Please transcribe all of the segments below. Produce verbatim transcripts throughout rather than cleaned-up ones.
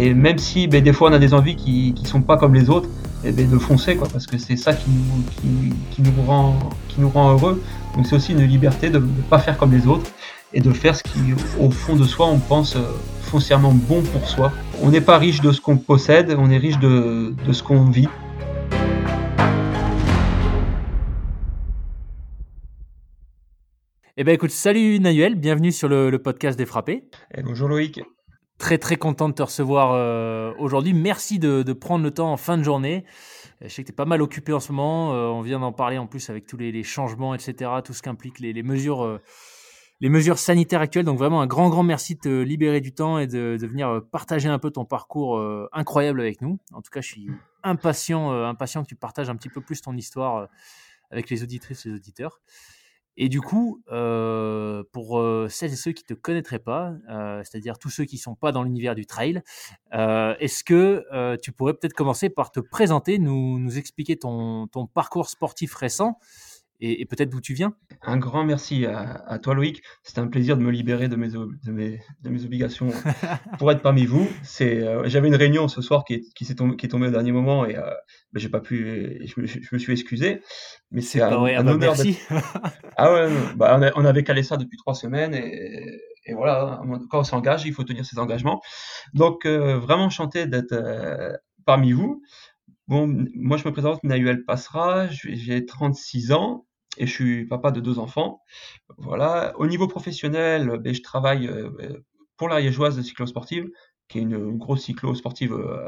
Et même si ben, des fois on a des envies qui qui sont pas comme les autres, et ben, de foncer quoi, parce que c'est ça qui nous qui, qui nous rend qui nous rend heureux. Donc c'est aussi une liberté de ne pas faire comme les autres et de faire ce qui au fond de soi on pense euh, foncièrement bon pour soi. On n'est pas riche de ce qu'on possède, on est riche de de ce qu'on vit. Eh ben écoute, salut Nahuel, bienvenue sur le, le podcast des Frappés. Et bonjour Loïc. Très très content de te recevoir euh, aujourd'hui. Merci de, de prendre le temps en fin de journée. Je sais que tu es pas mal occupé en ce moment. Euh, on vient d'en parler en plus avec tous les, les changements, et cetera. Tout ce qu'impliquent les, les mesures, euh, les mesures sanitaires actuelles. Donc vraiment un grand grand merci de te libérer du temps et de, de venir partager un peu ton parcours euh, incroyable avec nous. En tout cas, je suis impatient, euh, impatient que tu partages un petit peu plus ton histoire euh, avec les auditrices et les auditeurs. Et du coup, euh, pour euh, celles et ceux qui ne te connaîtraient pas, euh, c'est-à-dire tous ceux qui ne sont pas dans l'univers du trail, euh, est-ce que euh, tu pourrais peut-être commencer par te présenter, nous, nous expliquer ton, ton parcours sportif récent et, et peut-être d'où tu viens? Un grand merci à, à toi Loïc. C'était un plaisir de me libérer de mes, de mes, de mes obligations pour être parmi vous. C'est, euh, j'avais une réunion ce soir qui est, qui s'est tombée, qui est tombée au dernier moment et euh, ben, j'ai pas pu, je me, je me suis excusé. Mais c'est C'est pas un, vrai, ah un bah honneur d'être. merci. Ah ouais, non, bah on, a- on avait calé ça depuis trois semaines et, et voilà. Quand on s'engage, il faut tenir ses engagements. Donc euh, vraiment enchanté d'être euh, parmi vous. Bon, moi je me présente, Nahuel Passera, j'ai j'ai trente-six ans et je suis papa de deux enfants. Voilà. Au niveau professionnel, ben, je travaille euh, ben, pour la Liégeoise de cyclo-sportive, qui est une, une grosse cyclo-sportive euh,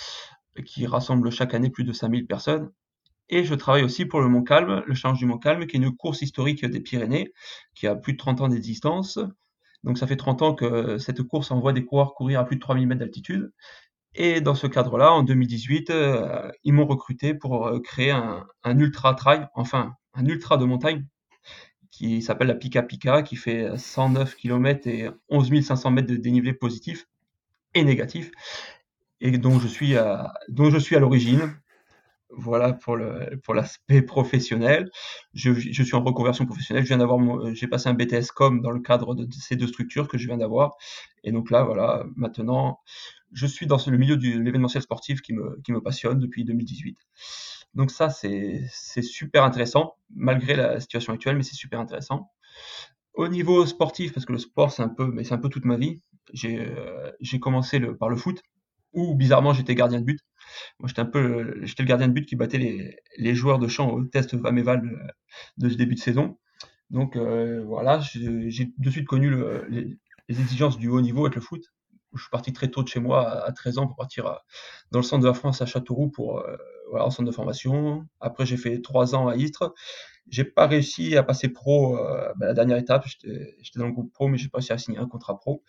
qui rassemble chaque année plus de cinq mille personnes. Et je travaille aussi pour le Mont-Calm, le Challenge du Mont-Calm, qui est une course historique des Pyrénées, qui a plus de trente ans d'existence. Donc ça fait trente ans que cette course envoie des coureurs courir à plus de trois mille mètres d'altitude. Et dans ce cadre-là, en deux mille dix-huit, euh, ils m'ont recruté pour euh, créer un, un ultra trail, enfin un ultra de montagne, qui s'appelle la Pika Pika, qui fait cent neuf kilomètres et onze mille cinq cents mètres de dénivelé positif et négatif, et dont je suis à, dont je suis à l'origine. Voilà pour le pour l'aspect professionnel. Je, je suis en reconversion professionnelle. Je viens d'avoir mon, j'ai passé un B T S com dans le cadre de ces deux structures que je viens d'avoir. Et donc là, voilà, maintenant, je suis dans le milieu de l'événementiel sportif qui me, qui me passionne depuis deux mille dix-huit. Donc ça, c'est, c'est super intéressant, malgré la situation actuelle, mais c'est super intéressant. Au niveau sportif, parce que le sport, c'est un peu, mais c'est un peu toute ma vie. J'ai, euh, j'ai commencé le, par le foot, où bizarrement j'étais gardien de but. Moi, j'étais un peu, le- j'étais le gardien de but qui battait les, les joueurs de champ au test Vameval de, de ce début de saison. Donc euh, voilà, j'ai j'ai de suite connu le- les, les exigences du haut niveau avec le foot. Je suis parti très tôt de chez moi, à à treize ans, pour partir à- dans le centre de la France, à Châteauroux, pour euh, voilà, en centre de formation. Après, j'ai fait trois ans à Istres. J'ai pas réussi à passer pro. Euh, bah, la dernière étape, j'étais j'étais dans le groupe pro, mais j'ai pas réussi à signer un contrat pro.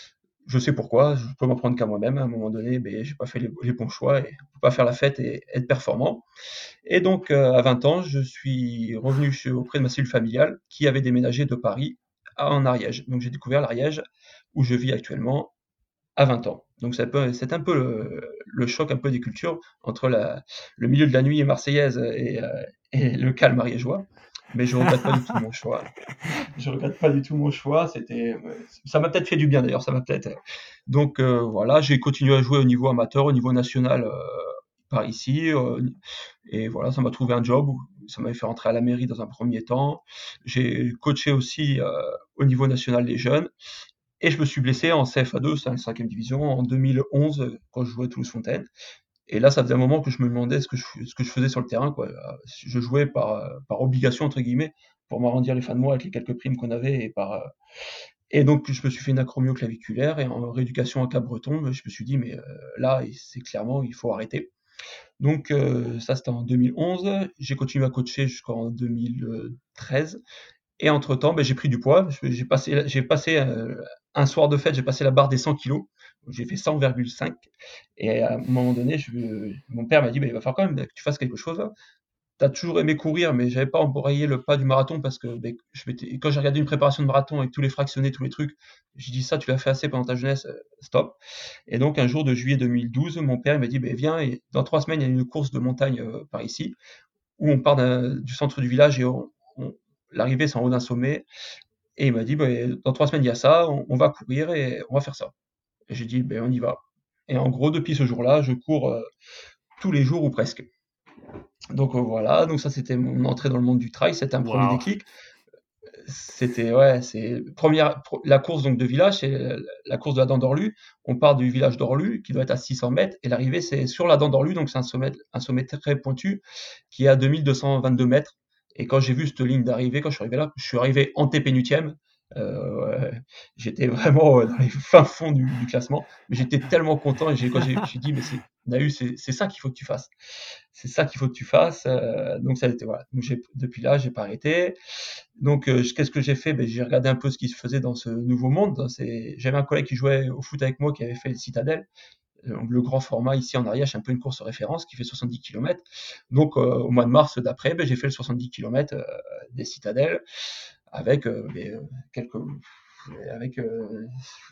Je sais pourquoi, je peux m'en prendre qu'à moi-même. À un moment donné, ben, j'ai pas fait les, les bons choix et on peut pas faire la fête et être performant. Et donc, euh, à vingt ans, je suis revenu chez- auprès de ma cellule familiale qui avait déménagé de Paris à- en Ariège. Donc, j'ai découvert l'Ariège où je vis actuellement à vingt ans. Donc, c'est un peu, c'est un peu le, le choc un peu des cultures entre la, le milieu de la nuit marseillaise et, euh, et le calme ariégeois. Mais je regrette pas du tout mon choix. Je regrette pas du tout mon choix. C'était, ouais, ça m'a peut-être fait du bien d'ailleurs. Ça m'a peut-être. Donc euh, voilà, j'ai continué à jouer au niveau amateur, au niveau national euh, par ici. Euh, et voilà, ça m'a trouvé un job. Où ça m'avait fait rentrer à la mairie dans un premier temps. J'ai coaché aussi euh, au niveau national les jeunes. Et je me suis blessé en C F A deux, c'est la cinquième division, en deux mille onze euh, quand je jouais à Toulouse-Fontaine. Et là, ça faisait un moment que je me demandais ce que je, ce que je faisais sur le terrain, quoi. Euh, Je jouais par, euh, par obligation, entre guillemets, pour m'arrondir les fins de mois avec les quelques primes qu'on avait. Et, par, euh, et donc, je me suis fait une acromioclaviculaire et en rééducation à Cap-Breton, je me suis dit, mais euh, là, c'est clairement, il faut arrêter. Donc, euh, ça, c'était en deux mille onze. J'ai continué à coacher jusqu'en deux mille treize. Et entre-temps, ben, j'ai pris du poids. J'ai passé, j'ai passé euh, un soir de fête, j'ai passé la barre des cent kilos. J'ai fait cent virgule cinq. Et à un moment donné, je, mon père m'a dit, bah, il va falloir quand même que tu fasses quelque chose. Tu as toujours aimé courir, mais j'avais pas embrayé le pas du marathon parce que bah, je m'étais- quand j'ai regardé une préparation de marathon avec tous les fractionnés, tous les trucs, j'ai dit ça, tu l'as fait assez pendant ta jeunesse, euh, stop. Et donc un jour de juillet deux mille douze, mon père il m'a dit, bah, viens, et dans trois semaines, il y a une course de montagne euh, par ici, où on part d'un- du centre du village et on, on- l'arrivée c'est en haut d'un sommet. Et il m'a dit, bah, dans trois semaines, il y a ça, on, on va courir et on va faire ça. Et j'ai dit, ben, on y va. Et en gros, depuis ce jour-là, je cours euh, tous les jours ou presque. Donc euh, voilà, donc ça c'était mon entrée dans le monde du trail, c'était un premier Waouh. déclic. C'était ouais, c'est première pro- la course donc de village, c'est la la course de la Dent d'Orlu. On part du village d'Orlu qui doit être à six cents mètres et l'arrivée c'est sur la Dent d'Orlu, donc c'est un sommet, un sommet très pointu qui est à deux mille deux cent vingt-deux mètres. Et quand j'ai vu cette ligne d'arrivée, quand je suis arrivé là, je suis arrivé antépénultième. Euh, ouais, j'étais vraiment euh, dans les fins fonds du, du classement, mais j'étais tellement content et j'ai quand j'ai j'ai dit mais c'est Nahu, c'est c'est ça qu'il faut que tu fasses, c'est ça qu'il faut que tu fasses. Euh, donc ça a été voilà. Donc j'ai depuis là j'ai pas arrêté. Donc, euh, qu'est-ce que j'ai fait? Ben, j'ai regardé un peu ce qui se faisait dans ce nouveau monde. C'est... J'avais un collègue qui jouait au foot avec moi qui avait fait le Citadel. Donc, le grand format ici en Ariège, c'est un peu une course référence qui fait soixante-dix kilomètres. Donc, euh, au mois de mars d'après, ben, j'ai fait le soixante-dix kilomètres euh, des Citadelles avec, euh, ben, euh, quelques, avec euh,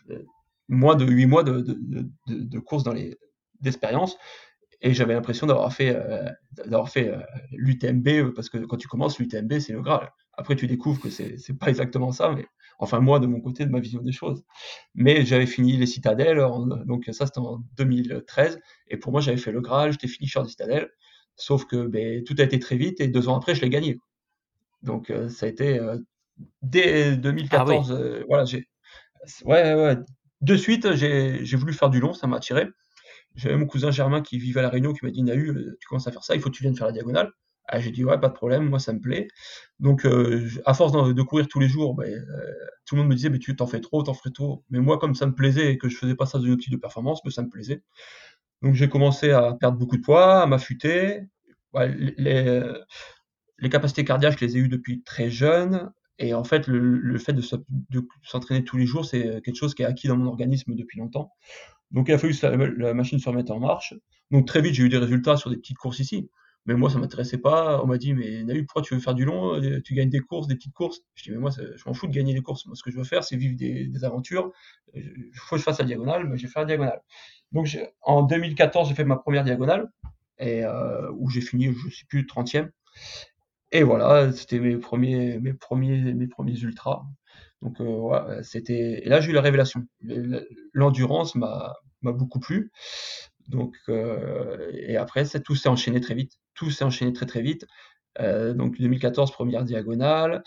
moins de huit mois de, de, de, de, de course dans les, d'expérience. Et j'avais l'impression d'avoir fait, euh, d'avoir fait euh, l'U T M B, euh, parce que quand tu commences, l'U T M B, c'est le Graal. Après, tu découvres que c'est, c'est pas exactement ça, mais enfin, moi, de mon côté, de ma vision des choses. Mais j'avais fini les citadelles, en- donc ça, c'était en deux mille treize, et pour moi, j'avais fait le Graal, j'étais finisher des citadelles, sauf que ben, tout a été très vite, et deux ans après, je l'ai gagné. Donc, euh, ça a été euh, dès Ah oui. deux mille quatorze, euh, voilà, j'ai, ouais, ouais, ouais. De suite, j'ai, j'ai voulu faire du long, ça m'a attiré. J'avais mon cousin Germain qui vivait à La Réunion qui m'a dit Nahu, euh, tu commences à faire ça, il faut que tu viennes faire la diagonale. Ah, j'ai dit ouais, pas de problème, moi ça me plaît. Donc euh, à force de, de courir tous les jours, ben, euh, tout le monde me disait mais tu t'en fais trop, t'en ferais trop. Mais moi comme ça me plaisait et que je faisais pas ça dans une optique de performance, ben, ça me plaisait. Donc j'ai commencé à perdre beaucoup de poids, à m'affûter. Ouais, les, les capacités cardiaques, je les ai eues depuis très jeune. Et en fait, le, le fait de, de s'entraîner tous les jours, c'est quelque chose qui est acquis dans mon organisme depuis longtemps. Donc il a fallu que la, la machine se remette en marche. Donc très vite, j'ai eu des résultats sur des petites courses ici. Mais moi, ça m'intéressait pas. On m'a dit, mais Nahu, pourquoi tu veux faire du long? Euh, Tu gagnes des courses, des petites courses. Je dis, mais moi, je m'en fous de gagner des courses. Moi, ce que je veux faire, c'est vivre des, des aventures. Il faut que je fasse la diagonale, mais je vais faire la diagonale. Donc en deux mille quatorze, j'ai fait ma première diagonale, et euh, où j'ai fini, je sais plus, trentième. Et voilà, c'était mes premiers, mes premiers, mes premiers ultras. Donc, euh, ouais, c'était. Et là, j'ai eu la révélation. L'endurance m'a m'a beaucoup plu. Donc, euh, et après, ça, tout s'est enchaîné très vite. Tout s'est enchaîné très très vite. Euh, donc, deux mille quatorze, première diagonale.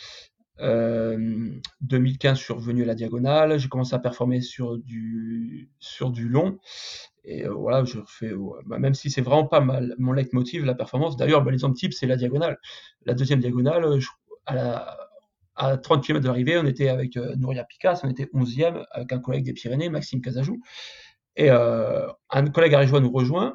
Euh, deux mille quinze, je suis revenu à la diagonale. J'ai commencé à performer sur du sur du long. Et euh, voilà, je refais, ouais, bah, même si c'est vraiment pas mal mon leitmotiv, la performance. D'ailleurs, bah, l'exemple type, c'est la diagonale. La deuxième diagonale, euh, je- à, la, à trente kilomètres de l'arrivée, on était avec euh, Nouria Picasse, on était onzième avec un collègue des Pyrénées, Maxime Casajou. Et euh, un collègue ariégeois nous rejoint.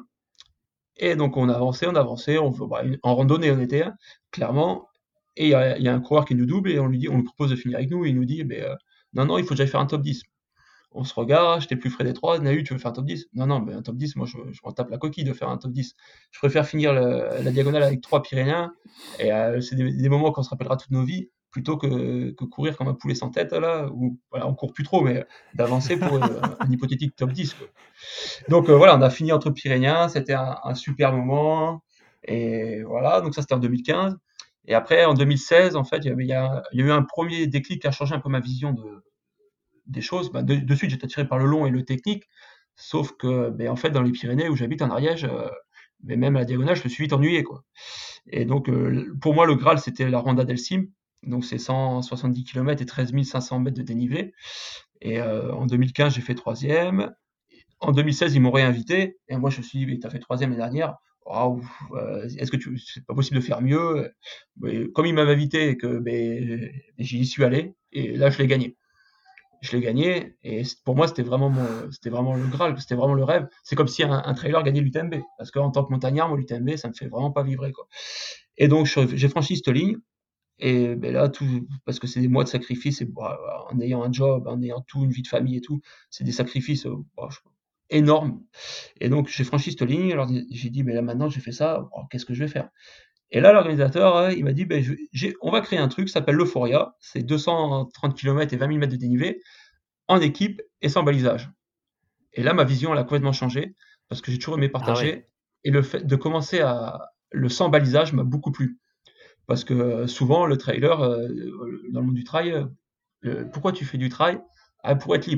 Et donc, on a avancé, on a avancé, on, bah, une- en randonnée, on était, hein, clairement. Et il y, a il y a un coureur qui nous double et on lui dit, on lui propose de finir avec nous. Et il nous dit, eh ben, euh, non, non, il faut que j'aille faire un top dix. On se regarde, j'étais plus frais des trois. Nahu, tu veux faire un top dix? Non, non, mais un top dix, moi, je, je m'en tape la coquille de faire un top dix. Je préfère finir le- la diagonale avec trois Pyrénéens. Et euh, c'est des, des moments qu'on se rappellera toute nos vies, plutôt que, que courir comme un poulet sans tête, là, où voilà, on court plus trop, mais d'avancer pour euh, un hypothétique top dix, quoi. Donc euh, voilà, on a fini entre Pyrénéens, c'était un, un super moment. Et voilà, donc ça c'était en deux mille quinze. Et après, en deux mille seize, en fait, il y, avait- il y a, il y a eu un premier déclic qui a changé un peu ma vision de, des choses. Bah, de, de suite, j'étais attiré par le long et le technique. Sauf que, ben, en fait, dans les Pyrénées où j'habite en Ariège, euh, mais même à la diagonale, je me suis vite ennuyé, quoi. Et donc, euh, pour moi, le Graal, c'était la Ronda del Cim. Donc, c'est cent soixante-dix kilomètres et treize mille cinq cents mètres de dénivelé. Et euh, en deux mille quinze, j'ai fait troisième. En deux mille seize, ils m'ont réinvité. Et moi, je me suis dit, mais t'as fait troisième l'année dernière. Waouh, euh, est-ce que tu, c'est pas possible de faire mieux? Mais comme ils m'avaient invité et que ben, j'y suis allé, et là, je l'ai gagné. Je l'ai gagné et pour moi c'était vraiment mon, c'était vraiment le Graal, c'était vraiment le rêve. C'est comme si un, un trailer gagnait l'U T M B parce qu'en tant que montagnard, moi l'U T M B ça me fait vraiment pas vibrer, quoi. Et donc j'ai franchi cette ligne et ben là tout parce que c'est des mois de sacrifice et bah, en ayant un job, en ayant tout une vie de famille et tout, c'est des sacrifices euh, bah, énormes. Et donc j'ai franchi cette ligne. Alors j'ai dit mais là maintenant j'ai fait ça, oh, qu'est-ce que je vais faire? Et là, l'organisateur, euh, il m'a dit, ben, je- j'ai- on va créer un truc, ça s'appelle l'Euphoria. C'est deux cent trente kilomètres et vingt mille mètres de dénivelé en équipe et sans balisage. Et là, ma vision, elle a complètement changé parce que j'ai toujours aimé Ah ouais. partager. Et le fait de commencer à le sans balisage m'a beaucoup plu. Parce que euh, souvent, le trailer, euh, dans le monde du trail, euh, pourquoi tu fais du trail? Ah, pour être libre.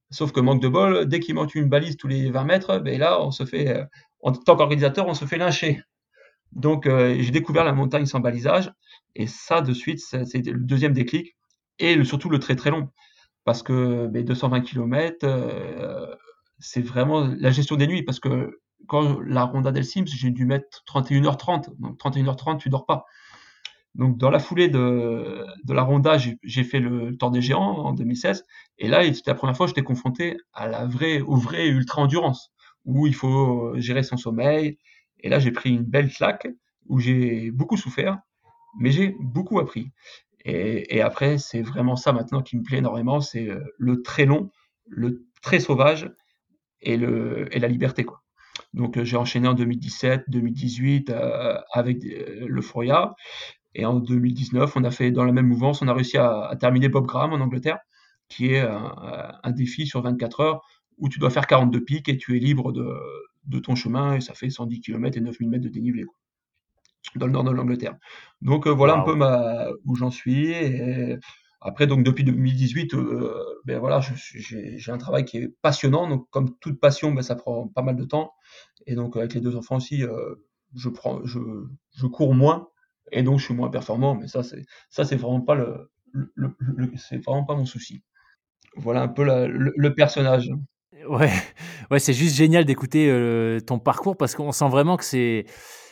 Sauf que manque de bol, dès qu'il manque une balise tous les vingt mètres, ben là, on se fait, euh, en tant qu'organisateur, on se fait lyncher. Donc, euh, j'ai découvert la montagne sans balisage, et ça, de suite, ça- c'était le deuxième déclic, et le- surtout le très très long, parce que ben, deux cent vingt kilomètres, euh, c'est vraiment la gestion des nuits, parce que quand la Ronda del Sims, j'ai dû mettre trente et une heures trente, donc trente et une heures trente, tu dors pas. Donc, dans la foulée de, de la Ronda, j'ai j'ai fait le Tour des Géants en deux mille seize. Et là, c'était la première fois que j'étais confronté à la vraie, au vrai ultra-endurance, où il faut euh, gérer son sommeil. Et là, j'ai pris une belle claque, où j'ai beaucoup souffert, mais j'ai beaucoup appris. Et, et après, c'est vraiment ça maintenant qui me plaît énormément, c'est euh, le très long, le très sauvage et, le, et la liberté, quoi. Donc, euh, j'ai enchaîné en deux mille dix-sept, deux mille dix-huit euh, avec euh, le Foria. Et en deux mille dix-neuf, on a fait dans la même mouvance, on a réussi à, à terminer Bob Graham en Angleterre, qui est un, un défi sur vingt-quatre heures où tu dois faire quarante-deux pics et tu es libre de, de ton chemin et ça fait cent dix kilomètres et neuf mille mètres de dénivelé, quoi, dans le nord de l'Angleterre. Donc euh, voilà un peu Waouh. ma, où j'en suis. Et après, donc depuis deux mille dix-huit, euh, ben voilà, je suis- j'ai j'ai un travail qui est passionnant. Donc comme toute passion, ben ça prend pas mal de temps. Et donc avec les deux enfants aussi, euh, je prends, je, je cours moins et donc je suis moins performant. Mais ça c'est ça c'est vraiment pas le, le- le- le- c'est vraiment pas mon souci. Voilà un peu la- le, le personnage. Ouais, ouais, c'est juste génial d'écouter, heu, ton parcours parce qu'on sent vraiment que c'est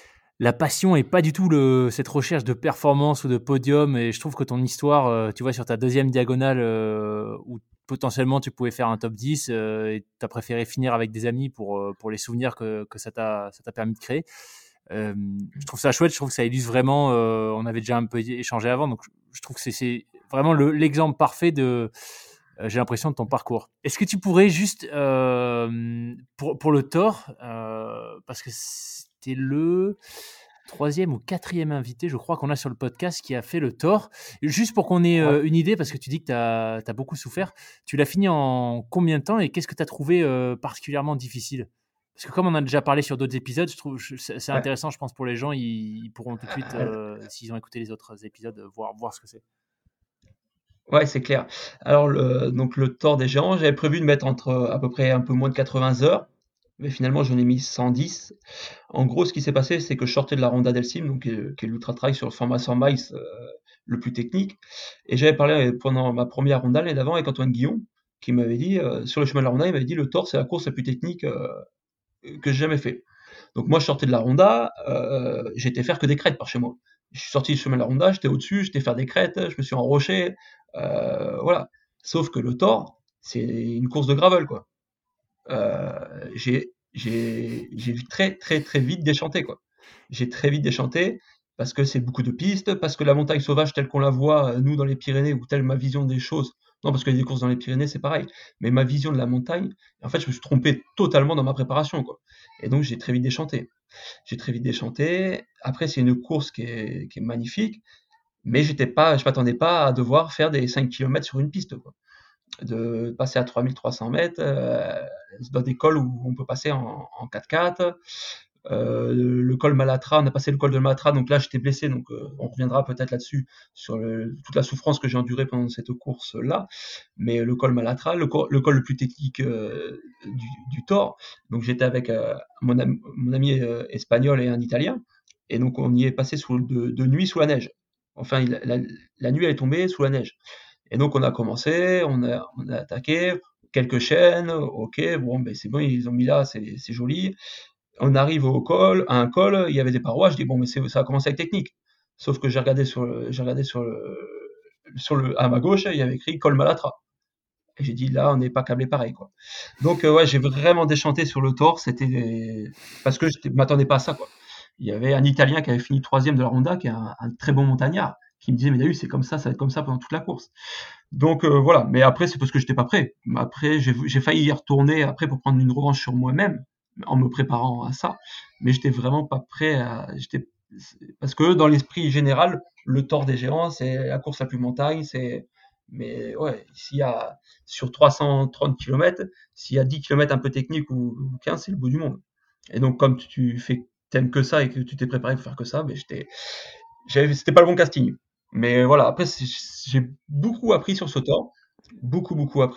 la passion et pas du tout le cette recherche de performance ou de podium et je trouve que ton histoire, heu, tu vois, sur ta deuxième diagonale, heu, où potentiellement tu pouvais faire un top dix, heu, et tu as préféré finir avec des amis pour, heu, pour les souvenirs que que ça t'a ça t'a permis de créer. Hem, je trouve ça chouette, je trouve que ça illustre vraiment, heu, on avait déjà un peu échangé avant, donc je je trouve que c'est c'est vraiment le l'exemple parfait de, heu, j'ai l'impression de ton parcours. Est-ce que tu pourrais juste, hem, pour pour le Thor, heu, parce que c'était le troisième ou quatrième invité, je crois, qu'on a sur le podcast qui a fait le Thor. Juste pour qu'on ait, Ouais. heu, une idée, parce que tu dis que tu as beaucoup souffert, tu l'as fini en combien de temps et qu'est-ce que tu as trouvé, heu, particulièrement difficile? Parce que comme on a déjà parlé sur d'autres épisodes, je trouve je c'est c'est Ouais. intéressant, je pense, pour les gens, ils ils pourront tout de suite, heu, s'ils ont écouté les autres épisodes, heu, voir voir ce que c'est. Ouais, c'est clair. Alors, le, donc le Thor des géants, j'avais prévu de mettre entre euh, à peu près un peu moins de quatre-vingts heures, mais finalement j'en ai mis cent dix. En gros, ce qui s'est passé, c'est que je sortais de la Ronda del Sim, donc, qui est, qui est l'ultra trail sur le format cent miles euh, le plus technique, et j'avais parlé euh, pendant ma première Ronda l'année d'avant avec Antoine Guillon, qui m'avait dit, euh, sur le chemin de la Ronda, il m'avait dit le Thor, c'est la course la plus technique euh, que j'ai jamais fait. Donc moi, je sortais de la Ronda, euh, j'étais faire que des crêtes par chez moi. Je suis sorti du chemin de la Ronda, j'étais au-dessus, j'étais faire des crêtes, je me suis enroché, euh, voilà. Sauf que le Thor, c'est une course de gravel, quoi. Euh, j'ai j'ai j'ai très très très vite déchanté, quoi. J'ai très vite déchanté parce que c'est beaucoup de pistes, parce que la montagne sauvage telle qu'on la voit euh, nous dans les Pyrénées ou telle ma vision des choses. Non, parce qu'il y a des courses dans les Pyrénées, c'est pareil. Mais ma vision de la montagne, en fait, je me suis trompé totalement dans ma préparation, quoi. Et donc j'ai très vite déchanté. J'ai très vite déchanté. Après, c'est une course qui est, qui est magnifique, mais j'étais pas, je m'attendais pas à devoir faire des cinq kilomètres sur une piste, quoi. De passer à trois mille trois cents mètres, euh, dans des cols où on peut passer en, en quatre-quatre. Euh, le col Malatra, on a passé le col de Malatra, donc là j'étais blessé, donc euh, on reviendra peut-être là-dessus, sur le, toute la souffrance que j'ai endurée pendant cette course-là. Mais le col Malatra, le, col le, col le plus technique euh, du, du Thor, donc j'étais avec euh, mon, am mon ami euh, espagnol et un italien, et donc on y est passé sous, de, de nuit sous la neige. Enfin, il, la, la nuit elle est tombée sous la neige. Et donc on a commencé, on a, on a attaqué, quelques chaînes, ok, bon, ben c'est bon, ils ont mis là, c'est joli. On arrive au col, à un col, il y avait des parois, je dis bon, mais ça va commencer avec technique. Sauf que j'ai regardé sur le, j'ai regardé sur le, sur le, à ma gauche, il y avait écrit col Malatra. Et j'ai dit là, on n'est pas câblé pareil, quoi. Donc euh, ouais, j'ai vraiment déchanté sur le Thor, c'était parce que je m'attendais pas à ça, quoi. Il y avait un Italien qui avait fini troisième de la Ronda, qui est un, un très bon montagnard, qui me disait mais David, c'est comme ça, ça va être comme ça pendant toute la course. Donc euh, voilà, mais après c'est parce que j'étais pas prêt. Après j'ai j'ai failli y retourner après pour prendre une revanche sur moi-même en me préparant à ça, mais j'étais vraiment pas prêt à j'étais parce que dans l'esprit général, le Tour des géants, c'est la course la plus montagne, c'est mais ouais, s'il y a sur trois cent trente kilomètres, s'il y a dix kilomètres un peu technique ou, ou quinze, c'est le bout du monde. Et donc comme tu fais t'aimes que ça et que tu t'es préparé pour faire que ça, mais j'étais c'était pas le bon casting. Mais voilà, après, j'ai beaucoup appris sur ce temps, beaucoup, beaucoup appris,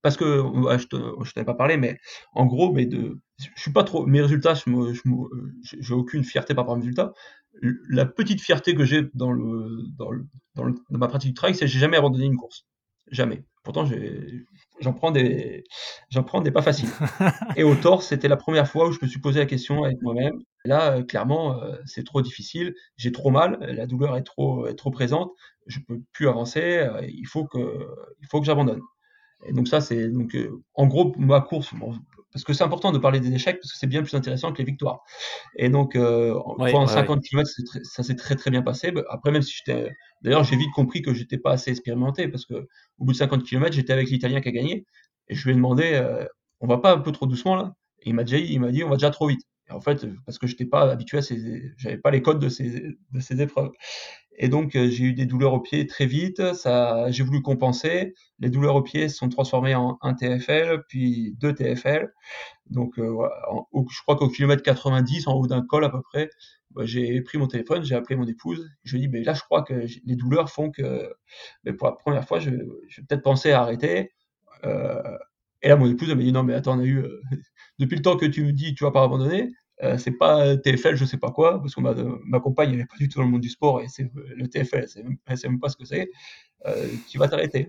parce que ouais, je te, je t'avais pas parlé, mais en gros, mais de, je suis pas trop, mes résultats, je me, je me- j'ai j'ai aucune fierté par rapport à mes résultats. La petite fierté que j'ai dans le, dans le, dans le- dans ma pratique du trail, c'est que j'ai jamais abandonné une course, jamais. Pourtant, j'ai, j'en prends des, j'en prends des pas faciles. Et au torse, c'était la première fois où je me suis posé la question avec moi-même. Là, euh, clairement, euh, c'est trop difficile, j'ai trop mal, la douleur est trop, est trop présente, je peux plus avancer, euh, il faut que, il faut que j'abandonne. Et donc ça, c'est donc euh, en gros ma course, bon, parce que c'est important de parler des échecs parce que c'est bien plus intéressant que les victoires. Et donc, euh, en- Ouais, toi, en ouais, ouais. cinquante kilomètres, c'est très- ça s'est très très bien passé. Bah, après, même si j'étais, d'ailleurs, j'ai vite compris que j'étais pas assez expérimenté parce que au bout de cinquante kilomètres, j'étais avec l'Italien qui a gagné et je lui ai demandé, euh, on va pas un peu trop doucement là? Et il m'a déjà, il m'a dit, on va déjà trop vite. Et en fait, parce que j'étais pas habitué à ces, j'avais pas les codes de ces, de ces épreuves. Et donc, euh, j'ai eu des douleurs au pied très vite. Ça, j'ai voulu compenser. Les douleurs au pied se sont transformées en un T F L, puis deux T F L. Donc, euh, voilà. En- au- je crois qu'au kilomètre quatre-vingt-dix, en haut d'un col à peu près, bah, j'ai pris mon téléphone, j'ai appelé mon épouse. Je lui ai dit, ben là, je crois que j'ai- les douleurs font que, ben, pour la première fois, je, je vais peut-être penser à arrêter. Euh, et là, mon épouse elle m'a dit, non, mais attends, on a eu, euh, depuis le temps que tu me dis que tu vas pas abandonner, euh, c'est pas T F L, je sais pas quoi, parce que ma, ma compagne, elle est pas du tout dans le monde du sport, et c'est le T F L, elle sait même, elle sait même pas ce que c'est, euh, tu vas t'arrêter.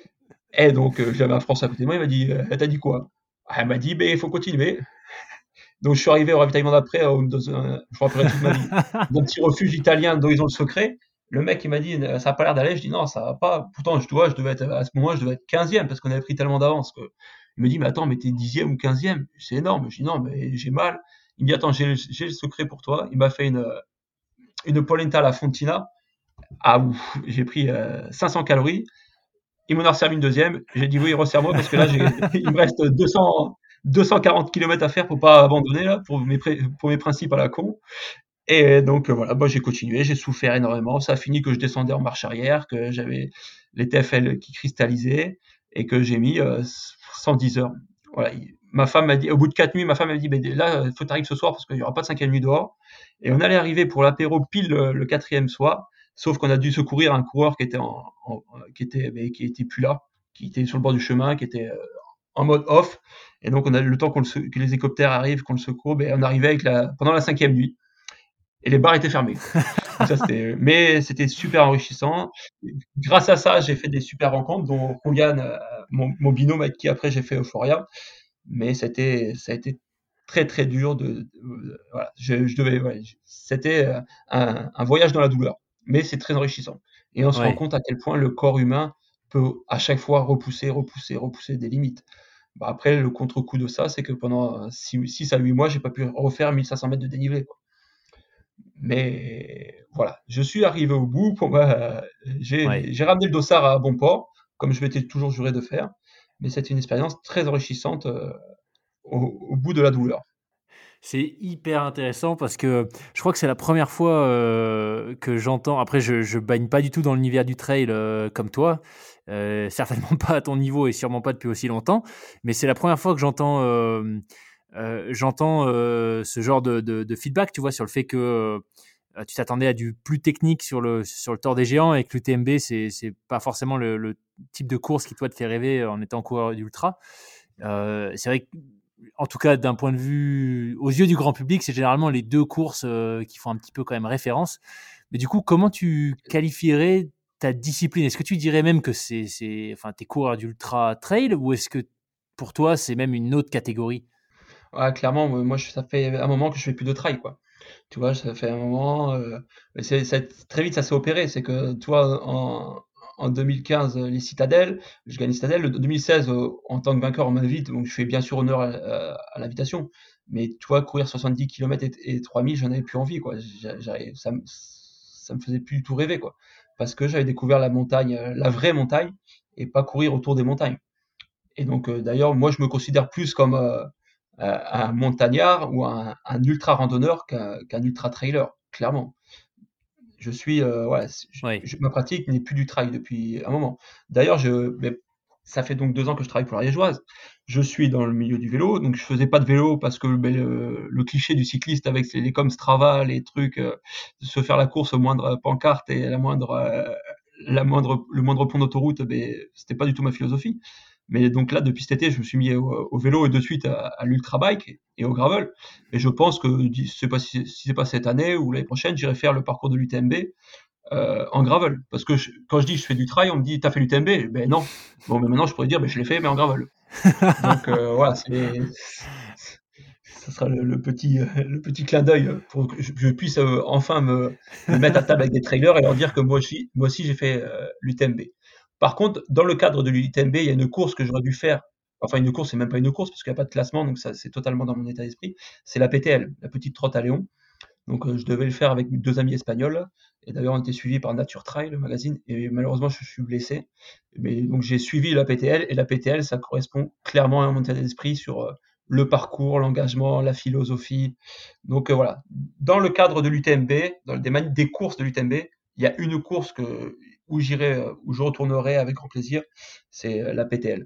Et donc, euh, j'avais un Français à côté de moi, il m'a dit, euh, elle t'a dit quoi? Ah, elle m'a dit, ben, il faut continuer. Donc, je suis arrivé au ravitaillement d'après, euh, dans un, je me rappellerai toute ma vie, dans un petit refuge italien dont ils ont le secret. Le mec, il m'a dit, ça a pas l'air d'aller. Je dis, non, ça va pas. Pourtant, je dois, je devais être, à ce moment-là, je devais être quinzième parce qu'on avait pris tellement d'avance que. Il me dit, mais attends, mais t'es dixième ou quinzième. C'est énorme. Je dis, non, mais j'ai mal. Il me dit, attends, j'ai, j'ai le secret pour toi. Il m'a fait une, une polenta à la fontina. Ah, ouf, j'ai pris euh, cinq cents calories. Il m'en a resservi une deuxième. J'ai dit, oui, resserre-moi parce que là, j'ai, il me reste deux cents, deux cent quarante kilomètres à faire pour pas abandonner, là, pour mes, pré- pour mes principes à la con. Et donc euh, voilà, moi j'ai continué, j'ai souffert énormément. Ça a fini que je descendais en marche arrière, que j'avais les T F L qui cristallisaient et que j'ai mis euh, cent dix heures. Voilà. Il- Ma femme m'a dit, au bout de quatre nuits, ma femme m'a dit, ben, là, il faut t'arriver ce soir parce qu'il n'y aura pas de cinquième nuit dehors. Et on allait arriver pour l'apéro pile le, le quatrième soir, sauf qu'on a dû secourir un coureur qui était en, en- qui était, ben, qui était plus là, qui était sur le bord du chemin, qui était euh, en mode off. Et donc on a le temps qu'on le se- que les hélicoptères arrivent, qu'on le secourt, ben, on arrivait avec la, pendant la cinquième nuit et les bars étaient fermés. Donc ça, c'était, mais c'était super enrichissant. Grâce à ça, j'ai fait des super rencontres, dont Julian, euh, mon, mon binôme avec qui après j'ai fait Euphoria. Mais c'était, ça a été très très dur de, de- voilà, je, je devais, ouais, je- c'était euh, un, un voyage dans la douleur. Mais c'est très enrichissant. Et on se rend Ouais. compte à quel point le corps humain peut à chaque fois repousser, repousser, repousser des limites. Bah, après, le contre-coup de ça, c'est que pendant six à huit mois, j'ai pas pu refaire mille cinq cents mètres de dénivelé, quoi. Mais voilà, je suis arrivé au bout. Pour moi, euh, Ouais. j'ai j'ai ramené le dossard à bon port, comme je m'étais toujours juré de faire. Mais c'était une expérience très enrichissante euh, au, au bout de la douleur. C'est hyper intéressant parce que je crois que c'est la première fois euh, que j'entends. Après, je, je baigne pas du tout dans l'univers du trail euh, comme toi, Euh, certainement pas à ton niveau et sûrement pas depuis aussi longtemps. Mais c'est la première fois que j'entends, euh, euh, j'entends euh, ce genre de, de, de feedback, tu vois, sur le fait que euh, tu t'attendais à du plus technique sur le sur le Tour des Géants et que l'U T M B c'est c'est pas forcément le, le type de course qui toi te fait rêver en étant coureur d'ultra. Euh, c'est vrai que, en tout cas, d'un point de vue, aux yeux du grand public, c'est généralement les deux courses euh, qui font un petit peu quand même référence. Mais du coup, comment tu qualifierais ta discipline? Est-ce que tu dirais même que c'est, c'est, enfin, t'es coureur d'ultra trail ou est-ce que pour toi, c'est même une autre catégorie? Ouais, clairement, moi, moi, je- ça fait un moment que je fais plus de trail, quoi. Tu vois, ça fait un moment. Euh, mais c'est, ça- très vite, ça s'est opéré. C'est que, toi, en, en deux mille quinze, euh, les citadelles, je gagne les citadelles. Le deux mille seize, euh, en tant que vainqueur, on m'invite, donc je fais bien sûr honneur à, à- à l'invitation. Mais tu vois, courir soixante-dix kilomètres et, et trois mille, j'en avais plus envie, quoi. J'a- j'arrive- ça, me- ça me faisait plus du tout rêver, quoi. Parce que j'avais découvert la montagne, euh, la vraie montagne, et pas courir autour des montagnes. Et donc, euh, d'ailleurs, moi, je me considère plus comme euh, euh, un montagnard ou un, un ultra randonneur qu'un qu'un ultra trailer, clairement. Je suis, euh, voilà, c'est- je- Ouais. je- ma pratique n'est plus du trail depuis un moment. D'ailleurs, je, mais ça fait donc deux ans que je travaille pour la Liégeoise. Je suis dans le milieu du vélo, donc je faisais pas de vélo parce que ben, le, le cliché du cycliste avec les, les comme Strava, les trucs, euh, de se faire la course au moindre pancarte et la moindre, euh, la moindre, le moindre pont d'autoroute, ben, c'était pas du tout ma philosophie. Mais donc là, depuis cet été, je me suis mis au, au vélo et de suite à, à l'ultra bike et au gravel. Et je pense que si c'est pas, si, si c'est pas cette année ou l'année prochaine, j'irai faire le parcours de l'U T M B euh, en gravel. Parce que je- quand je dis je fais du trail, on me dit t'as fait l'U T M B? Ben non. Bon, mais maintenant je pourrais dire ben je l'ai fait, mais en gravel. Donc euh, voilà, c'est ça sera le, le petit euh, le petit clin d'œil pour que je, je puisse euh, enfin me, me mettre à table avec des trailers et leur dire que moi aussi moi aussi j'ai fait euh, l'U T M B. Par contre, dans le cadre de l'U T M B, il y a une course que j'aurais dû faire. Enfin, une course, c'est même pas une course parce qu'il n'y a pas de classement, donc ça, c'est totalement dans mon état d'esprit. C'est la P T L, la petite trotte à Léon. Donc, euh, je devais le faire avec mes deux amis espagnols. Et d'ailleurs, on était suivis par Nature Trail, le magazine. Et malheureusement, je suis blessé. Mais donc, j'ai suivi la P T L. Et la P T L, ça correspond clairement à mon état d'esprit sur euh, le parcours, l'engagement, la philosophie. Donc, euh, voilà. Dans le cadre de l'U T M B, dans des, mani- des courses de l'U T M B, il y a une course que, où j'irai, euh, où je retournerai avec grand plaisir. C'est euh, la P T L.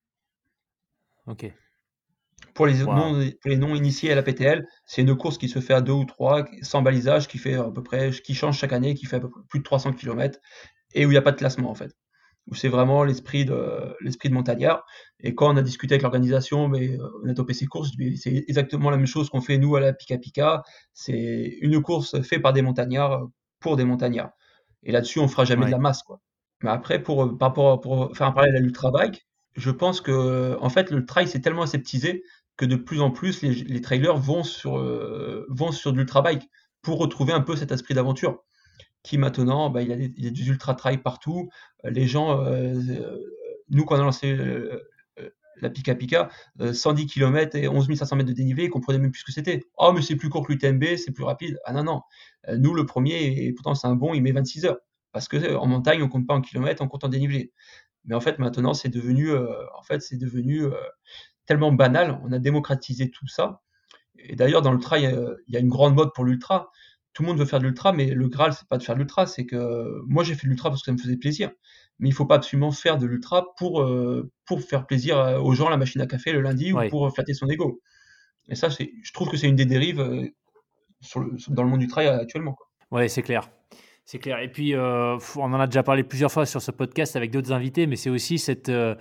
Ok. Pour les Waouh. non, pour les non initiés à la P T L, c'est une course qui se fait à deux ou trois, sans balisage, qui fait à peu près, qui change chaque année, qui fait à peu près plus de trois cents kilomètres et où il n'y a pas de classement en fait. Où c'est vraiment l'esprit de l'esprit de montagnard. Et quand on a discuté avec l'organisation, mais euh, on a topé ces courses, je dis, c'est exactement la même chose qu'on fait nous à la Pika Pika. C'est une course faite par des montagnards pour des montagnards. Et là-dessus, on fera jamais de Ouais. la masse, quoi. Mais après, pour, euh, par rapport, à- pour faire un parallèle à l'ultra bike, je pense que, en fait, le trail c'est tellement aseptisé que de plus en plus les, les trailers vont sur, euh, vont sur de l'ultra bike pour retrouver un peu cet esprit d'aventure qui maintenant, bah, il y a des, il y a des ultra trail partout. Euh, Les gens, euh, euh, nous quand on a lancé euh, euh, la Pika Pika, euh, cent dix kilomètres et onze mille cinq cents mètres de dénivelé, ils comprenaient même plus ce que c'était. Oh mais c'est plus court que l'U T M B, c'est plus rapide. Ah non non, Euh, nous le premier et pourtant c'est un bon, il met vingt-six heures parce que euh, en montagne on compte pas en kilomètres, on compte en dénivelé. Mais en fait maintenant c'est devenu, euh, en fait c'est devenu euh, tellement banal, on a démocratisé tout ça et d'ailleurs, dans le trail, euh, il y a une grande mode pour l'ultra. Tout le monde veut faire de l'ultra, mais le Graal, c'est pas de faire de l'ultra, c'est que moi j'ai fait de l'ultra parce que ça me faisait plaisir. Mais il faut pas absolument faire de l'ultra pour, euh, pour faire plaisir euh, aux gens à la machine à café le lundi ou Ouais. pour flatter son ego. Et ça, c'est, je trouve que c'est une des dérives euh, sur le- dans le monde du trail euh, actuellement, quoi. Ouais, c'est clair. C'est clair. Et puis, euh, pff, on en a déjà parlé plusieurs fois sur ce podcast avec d'autres invités, mais c'est aussi cette. euh,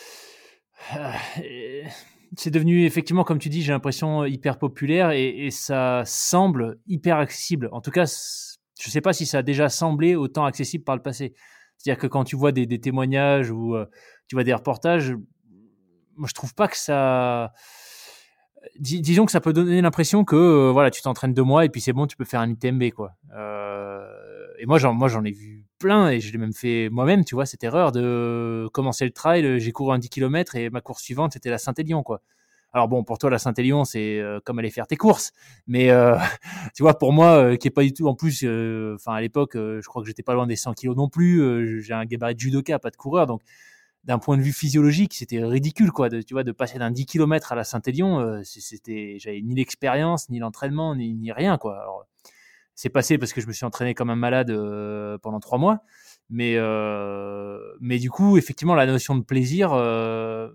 euh, c'est devenu effectivement, comme tu dis, j'ai l'impression hyper populaire et, et ça semble hyper accessible. En tout cas, c- je ne sais pas si ça a déjà semblé autant accessible par le passé. C'est-à-dire que quand tu vois des, des témoignages ou euh, tu vois des reportages, moi je trouve pas que ça. Dis- disons que ça peut donner l'impression que euh, voilà, tu t'entraînes deux mois et puis c'est bon, tu peux faire un U T M B quoi. Euh, et moi j'en moi j'en ai vu plein et je l'ai même fait moi-même, tu vois, cette erreur de commencer le trail, j'ai couru un dix kilomètres et ma course suivante c'était la Saint-Élion quoi. Alors bon, pour toi la Saint-Élion c'est euh, comme aller faire tes courses, mais euh, tu vois pour moi euh, qui est pas du tout en plus euh, enfin à l'époque euh, je crois que j'étais pas loin des cent kilos non plus, euh, j'ai un gabarit de judoka, pas de coureur donc d'un point de vue physiologique, c'était ridicule, quoi. De, tu vois, de passer d'un dix kilomètres à la Saint-Élion, euh, c'était, j'avais ni l'expérience, ni l'entraînement, ni, ni rien, quoi. Alors, c'est passé parce que je me suis entraîné comme un malade euh, pendant trois mois. Mais, euh, mais du coup, effectivement, la notion de plaisir, euh,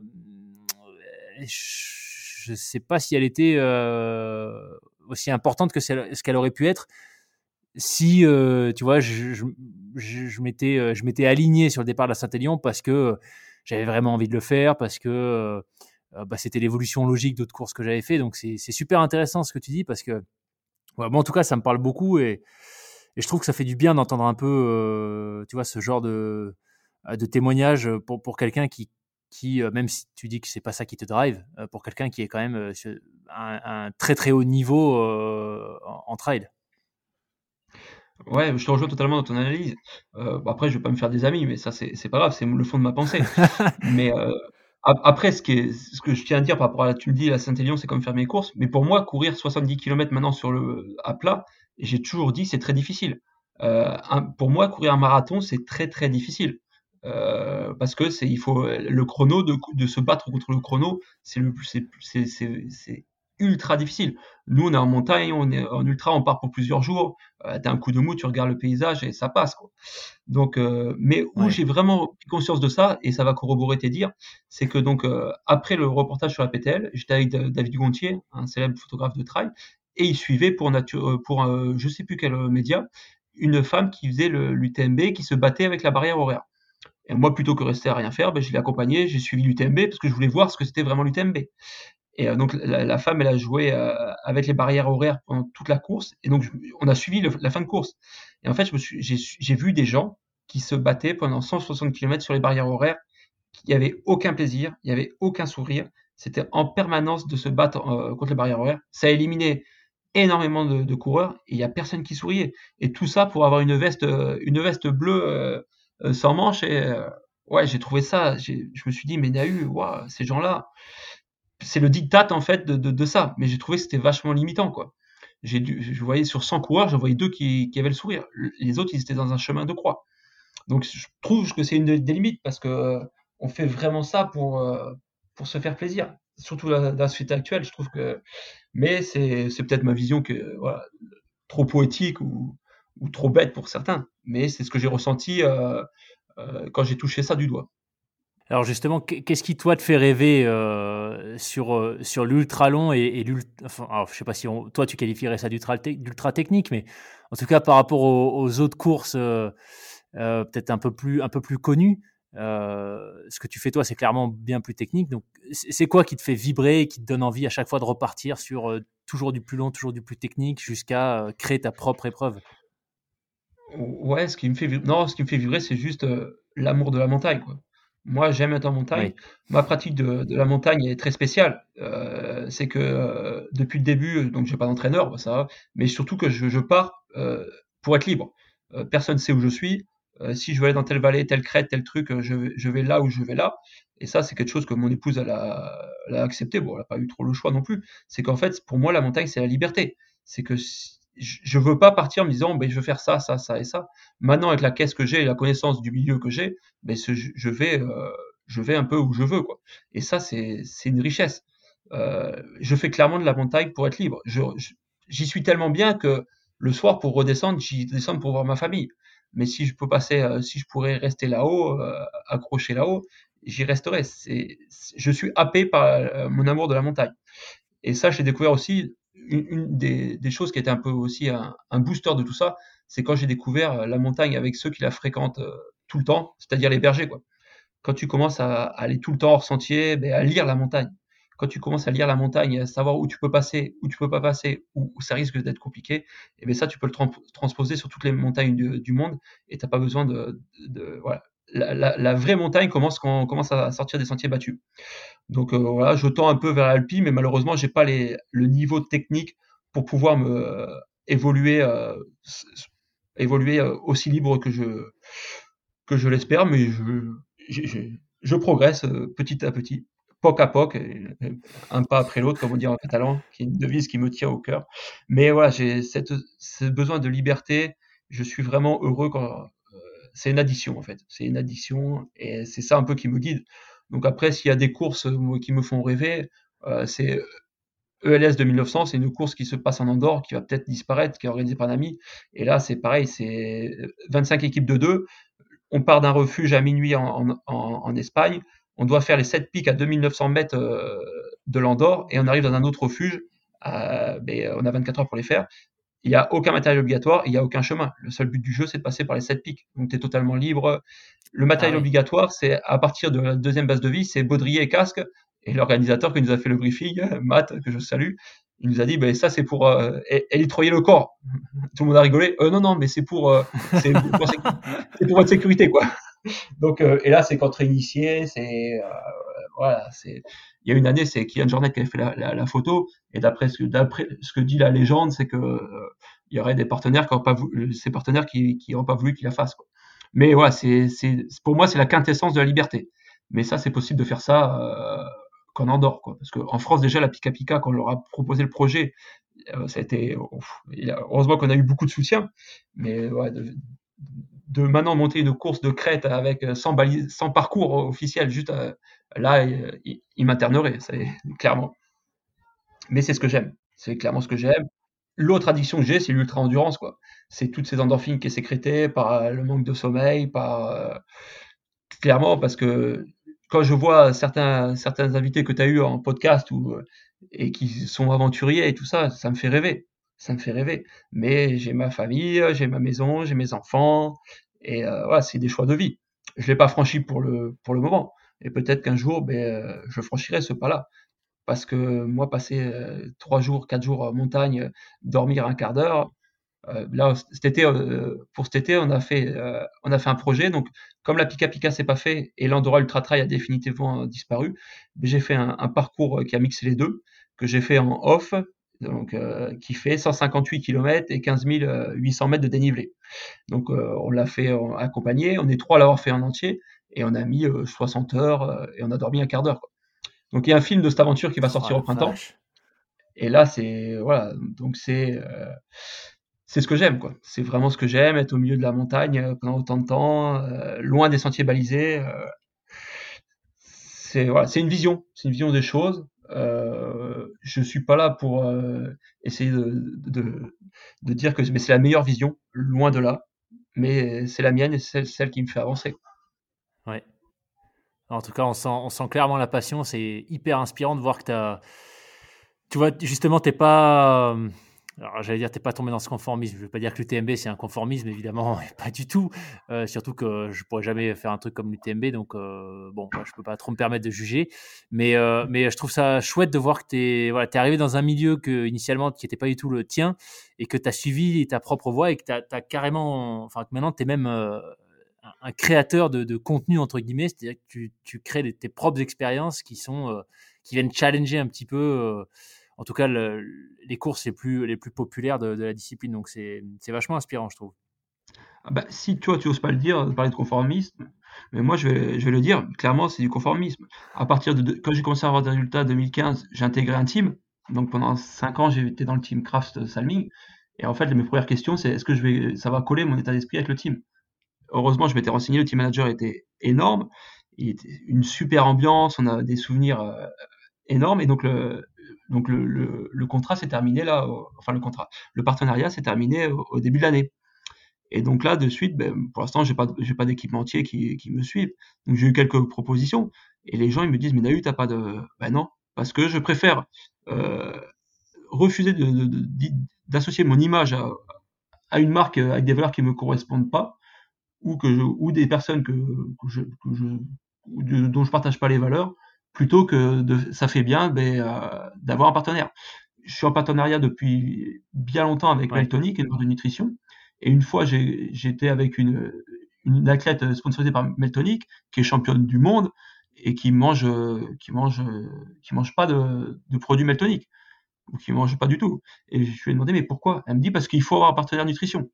je ne sais pas si elle était euh, aussi importante que ce qu'elle aurait pu être si, euh, tu vois, je, je, je, je m'étais, euh, je m'étais aligné sur le départ de la Saint-Élion parce que euh, j'avais vraiment envie de le faire, parce que euh, euh, bah, c'était l'évolution logique d'autres courses que j'avais fait. Donc c'est, c'est super intéressant ce que tu dis parce que, ouais, bon, en tout cas, ça me parle beaucoup et, et je trouve que ça fait du bien d'entendre un peu, euh, tu vois, ce genre de, de témoignage pour, pour quelqu'un qui, qui euh, même si tu dis que c'est pas ça qui te drive, euh, pour quelqu'un qui est quand même euh, sur un, un très très haut niveau euh, en, en trail. Ouais, je te rejoins totalement dans ton analyse. Euh, bon, après, je vais pas me faire des amis, mais ça, c'est c'est pas grave, c'est le fond de ma pensée. Mais euh, ap- après, ce qui est, ce que je tiens à dire par rapport à la, tu me dis, la Saint-Élion, c'est comme faire mes courses. Mais pour moi, courir soixante-dix kilomètres maintenant sur le, à plat, et j'ai toujours dit, c'est très difficile. Euh, un- pour moi, courir un marathon, c'est très très difficile. Euh, parce que c'est, il faut le chrono de, de se battre contre le chrono, c'est le, plus- c'est, c'est, c'est, c'est ultra difficile. Nous, on est en montagne, on est en ultra, on part pour plusieurs jours. Euh, t'as un coup de mou, tu regardes le paysage et ça passe, quoi. Donc, euh, mais où Ouais. j'ai vraiment pris conscience de ça, et ça va corroborer tes dires, c'est que donc euh, après le reportage sur la P T L, j'étais avec Da- David Gontier, un célèbre photographe de trail, et il suivait pour nature, euh, pour euh, je sais plus quel euh, média, une femme qui faisait le- l'U T M B, qui se battait avec la barrière horaire. Et moi, plutôt que rester à rien faire, ben, je l'ai accompagné, j'ai suivi l'U T M B parce que je voulais voir ce que c'était vraiment l'U T M B. Et euh, donc la, la femme, elle a joué euh, avec les barrières horaires pendant toute la course. Et donc je- on a suivi le- la fin de course. Et en fait, je me suis, j'ai, j'ai vu des gens qui se battaient pendant cent soixante kilomètres sur les barrières horaires. Il n'y avait aucun plaisir, il n'y avait aucun sourire. C'était en permanence de se battre euh, contre les barrières horaires. Ça a éliminé énormément de, de coureurs et il n'y a personne qui souriait. Et tout ça pour avoir une veste, euh, une veste bleue euh, euh, sans manches. Et euh, ouais, j'ai trouvé ça. J'ai, je me suis dit, mais Nahu, waouh, ces gens-là, c'est le diktat en fait de, de, de ça. Mais j'ai trouvé que c'était vachement limitant, quoi. J'ai dû, je voyais sur cent coureurs, j'en voyais deux qui, qui avaient le sourire. Les autres, ils étaient dans un chemin de croix. Donc je trouve que c'est une des limites parce que euh, on fait vraiment ça pour, euh, pour se faire plaisir. Surtout dans la société actuelle, je trouve que. Mais c'est, c'est peut-être ma vision que voilà, trop poétique ou, ou trop bête pour certains. Mais c'est ce que j'ai ressenti euh, euh, quand j'ai touché ça du doigt. Alors justement, qu'est-ce qui toi te fait rêver euh, sur, euh, sur l'ultra long et, et l'ultra... Enfin, alors, je sais pas si on- toi tu qualifierais ça d'ultra, te- d'ultra technique, mais en tout cas par rapport aux, aux autres courses euh, euh, peut-être un peu plus, un peu plus connues, euh, ce que tu fais toi c'est clairement bien plus technique. Donc c'est c'est quoi qui te fait vibrer et qui te donne envie à chaque fois de repartir sur euh, toujours du plus long, toujours du plus technique jusqu'à euh, créer ta propre épreuve? Ouais, ce qui me fait vibrer, non, ce qui me fait vibrer, c'est juste euh, l'amour de la montagne, quoi. Moi, j'aime être en montagne. Oui. Ma pratique de, de la montagne est très spéciale. Euh, c'est que euh, depuis le début, euh, donc j'ai pas d'entraîneur, bah, ça va, mais surtout que je, je pars euh, pour être libre. Euh, personne ne sait où je suis. Euh, si je veux aller dans telle vallée, telle crête, tel truc, euh, je, vais- je vais là où je vais là. Et ça, c'est quelque chose que mon épouse, elle a, elle a accepté. Bon, elle n'a pas eu trop le choix non plus. C'est qu'en fait, pour moi, la montagne, c'est la liberté. C'est que si- je ne veux pas partir en me disant, ben, je veux faire ça, ça, ça et ça. Maintenant, avec la caisse que j'ai et la connaissance du milieu que j'ai, ben, ce- je vais, euh, je vais un peu où je veux, quoi. Et ça, c'est, c'est une richesse. Euh, je fais clairement de la montagne pour être libre. Je, je- j'y suis tellement bien que le soir, pour redescendre, j'y descends pour voir ma famille. Mais si je peux passer, euh, si je pourrais rester là-haut, euh, accroché là-haut, j'y resterai. C'est, c'est- je suis happé par euh, mon amour de la montagne. Et ça, j'ai découvert aussi une, une des, des choses qui était un peu aussi un, un booster de tout ça, c'est quand j'ai découvert euh, la montagne avec ceux qui la fréquentent euh, tout le temps, c'est-à-dire les bergers, quoi. Quand tu commences à, à aller tout le temps hors sentier, ben, à lire la montagne. Quand tu commences à lire la montagne, à savoir où tu peux passer, où tu peux pas passer, où, où ça risque d'être compliqué, et bien ça, tu peux le tran- transposer sur toutes les montagnes du, du monde, et t'as pas besoin de, de, de- voilà. La, la, la vraie montagne commence quand on commence à sortir des sentiers battus. Donc euh, voilà, je tends un peu vers l'Alpi, mais malheureusement, j'ai pas les, le niveau technique pour pouvoir me euh, évoluer, euh, s- s- évoluer euh, aussi libre que je que je l'espère, mais je j'ai- j'ai- je progresse euh, petit à petit, poc à poc, et- et un pas après l'autre, comme on dit en catalan, qui est une devise qui me tient au cœur. Mais voilà, j'ai cette, ce besoin de liberté. Je suis vraiment heureux quand c'est une addiction en fait. C'est une addiction et c'est ça un peu qui me guide. Donc après, s'il y a des courses euh, qui me font rêver, euh, c'est E L S deux mille neuf cents, c'est une course qui se passe en Andorre, qui va peut-être disparaître, qui est organisée par un ami. Et là, c'est pareil, c'est vingt-cinq équipes de deux. On part d'un refuge à minuit en, en, en, en Espagne. On doit faire les sept pics à deux mille neuf cents mètres euh, de l'Andorre et on arrive dans un autre refuge. Euh, ben, on a vingt-quatre heures pour les faire. Il n'y a aucun matériel obligatoire, il n'y a aucun chemin. Le seul but du jeu, c'est de passer par les sept pics. Donc tu es totalement libre. Le Ah matériel oui. obligatoire, c'est à partir de la deuxième base de vie, c'est baudrier et casque. Et l'organisateur qui nous a fait le briefing, Matt, que je salue, il nous a dit, ben ça c'est pour euh, élitroyer le corps. Tout le monde a rigolé. Euh, non, non, mais c'est pour, euh, c'est pour, c'est pour votre sécurité, quoi. Donc, euh, et là, c'est contre initié, c'est, euh, voilà, c'est. Il y a une année, c'est Kian Jornet qui avait fait la, la, la photo, et d'après ce que, d'après ce que dit la légende, c'est que euh, il y aurait des partenaires qui n'auraient pas voulu, ces partenaires qui, qui n'auraient pas voulu qu'il la fasse, quoi. Mais voilà, c'est, c'est, pour moi, c'est la quintessence de la liberté. Mais ça, c'est possible de faire ça euh, qu'en Andorre, quoi. Parce qu'en France, déjà, la Pika Pika, quand on leur a proposé le projet, euh, ça a été, ouf, il a- heureusement qu'on a eu beaucoup de soutien, mais ouais, de, de maintenant monter une course de crête avec euh, cent balises, cent parcours officiels, juste euh, là, il, il, il m'internerait, c'est clairement. Mais c'est ce que j'aime. C'est clairement ce que j'aime. L'autre addiction que j'ai, c'est l'ultra-endurance, quoi. C'est toutes ces endorphines qui est sécrétées par euh, le manque de sommeil, par euh, clairement, parce que quand je vois certains, certains invités que tu as eu en podcast ou, euh, et qui sont aventuriers et tout ça, ça me fait rêver. Ça me fait rêver. Mais j'ai ma famille, j'ai ma maison, j'ai mes enfants, et euh, voilà, c'est des choix de vie. je l'ai pas franchi pour le pour le moment et peut-être qu'un jour, beh, heu, je franchirai ce pas-là. Parce que moi, passer, heu, trois jours, quatre jours en montagne, heu, dormir un quart d'heure, heu, là, c cet été, heu, pour cet été, on a fait, heu, on a fait un projet donc comme la Pika Pika s'est pas fait et l'Andorra Ultra Trail a définitivement, heu, disparu, beh, j'ai fait un un parcours, heu, qui a mixé les deux, que j'ai fait en off, donc heu, qui fait cent cinquante-huit kilomètres et quinze mille huit cents mètres de dénivelé. Donc euh, on l'a fait en accompagné, on est trois à l'avoir fait en entier, et on a mis euh, soixante heures euh, et on a dormi un quart d'heure. Quoi. Donc il y a un film de cette aventure qui va Oh sortir au la printemps, vache. et là c'est voilà, donc c'est euh, c'est ce que j'aime quoi. C'est vraiment ce que j'aime, être au milieu de la montagne euh, pendant autant de temps, euh, loin des sentiers balisés. Euh, c'est voilà, c'est une vision, c'est une vision des choses. Euh, je suis pas là pour euh, essayer de, de, de dire que mais c'est la meilleure vision, loin de là, mais c'est la mienne et c'est celle, celle qui me fait avancer. Ouais. En tout cas, on sent, on sent clairement la passion. C'est hyper inspirant de voir que tu as. Tu vois, justement, t'es pas. euh, Alors, j'allais dire, t'es pas tombé dans ce conformisme. Je veux pas dire que l'U T M B, c'est un conformisme, évidemment, pas du tout. Euh, surtout que je pourrais jamais faire un truc comme l'U T M B, donc euh, bon, moi, je peux pas trop me permettre de juger. Mais, euh, mais je trouve ça chouette de voir que t'es voilà, t'es arrivé dans un milieu que, initialement, qui n'était pas du tout le tien et que tu as suivi ta propre voie et que tu as carrément. Enfin, que maintenant, tu es même. euh, un, un créateur de, de contenu entre guillemets, c'est-à-dire que tu, tu crées des- tes propres expériences qui sont euh, qui viennent challenger un petit peu, euh, en tout cas le- les courses les plus les plus populaires de, de la discipline. Donc c'est c'est vachement inspirant, je trouve. Ah bah, si toi tu oses pas le dire, de parler de conformisme, mais moi je vais, je vais le dire, clairement c'est du conformisme. À partir de, de- quand j'ai commencé à avoir des résultats en deux mille quinze, j'ai intégré un team. Donc pendant cinq ans j'ai été dans le team Craft Salming. Et en fait mes premières questions c'est est-ce que je vais, ça va coller mon état d'esprit avec le team. Heureusement je m'étais renseigné, le team manager était énorme, il était une super ambiance, on a des souvenirs euh, énormes et donc le, donc le, le, le contrat s'est terminé là, au- enfin le contrat, le partenariat s'est terminé au, au début de l'année. Et donc là, de suite, ben, pour l'instant, j'ai pas, j'ai pas d'équipementier qui, qui me suivent. Donc j'ai eu quelques propositions. Et les gens, ils me disent, mais Nahu, t'as pas de. Ben non, parce que je préfère euh, refuser de, de- de- d'i- d'associer mon image à, à une marque avec des valeurs qui me correspondent pas, ou que je, ou des personnes que, que je, que je, ou de- dont je partage pas les valeurs, plutôt que de, ça fait bien ben, euh, d'avoir un partenaire. Je suis en partenariat depuis bien longtemps avec Ouais, Meltonic, une marque de nutrition. Et une fois, j'ai, j'étais avec une, une athlète sponsorisée par Meltonic, qui est championne du monde et qui mange, qui mange, qui mange pas de, de produits Meltonic, ou qui mange pas du tout. Et je lui ai demandé, mais pourquoi? Elle me dit, parce qu'il faut avoir un partenaire nutrition.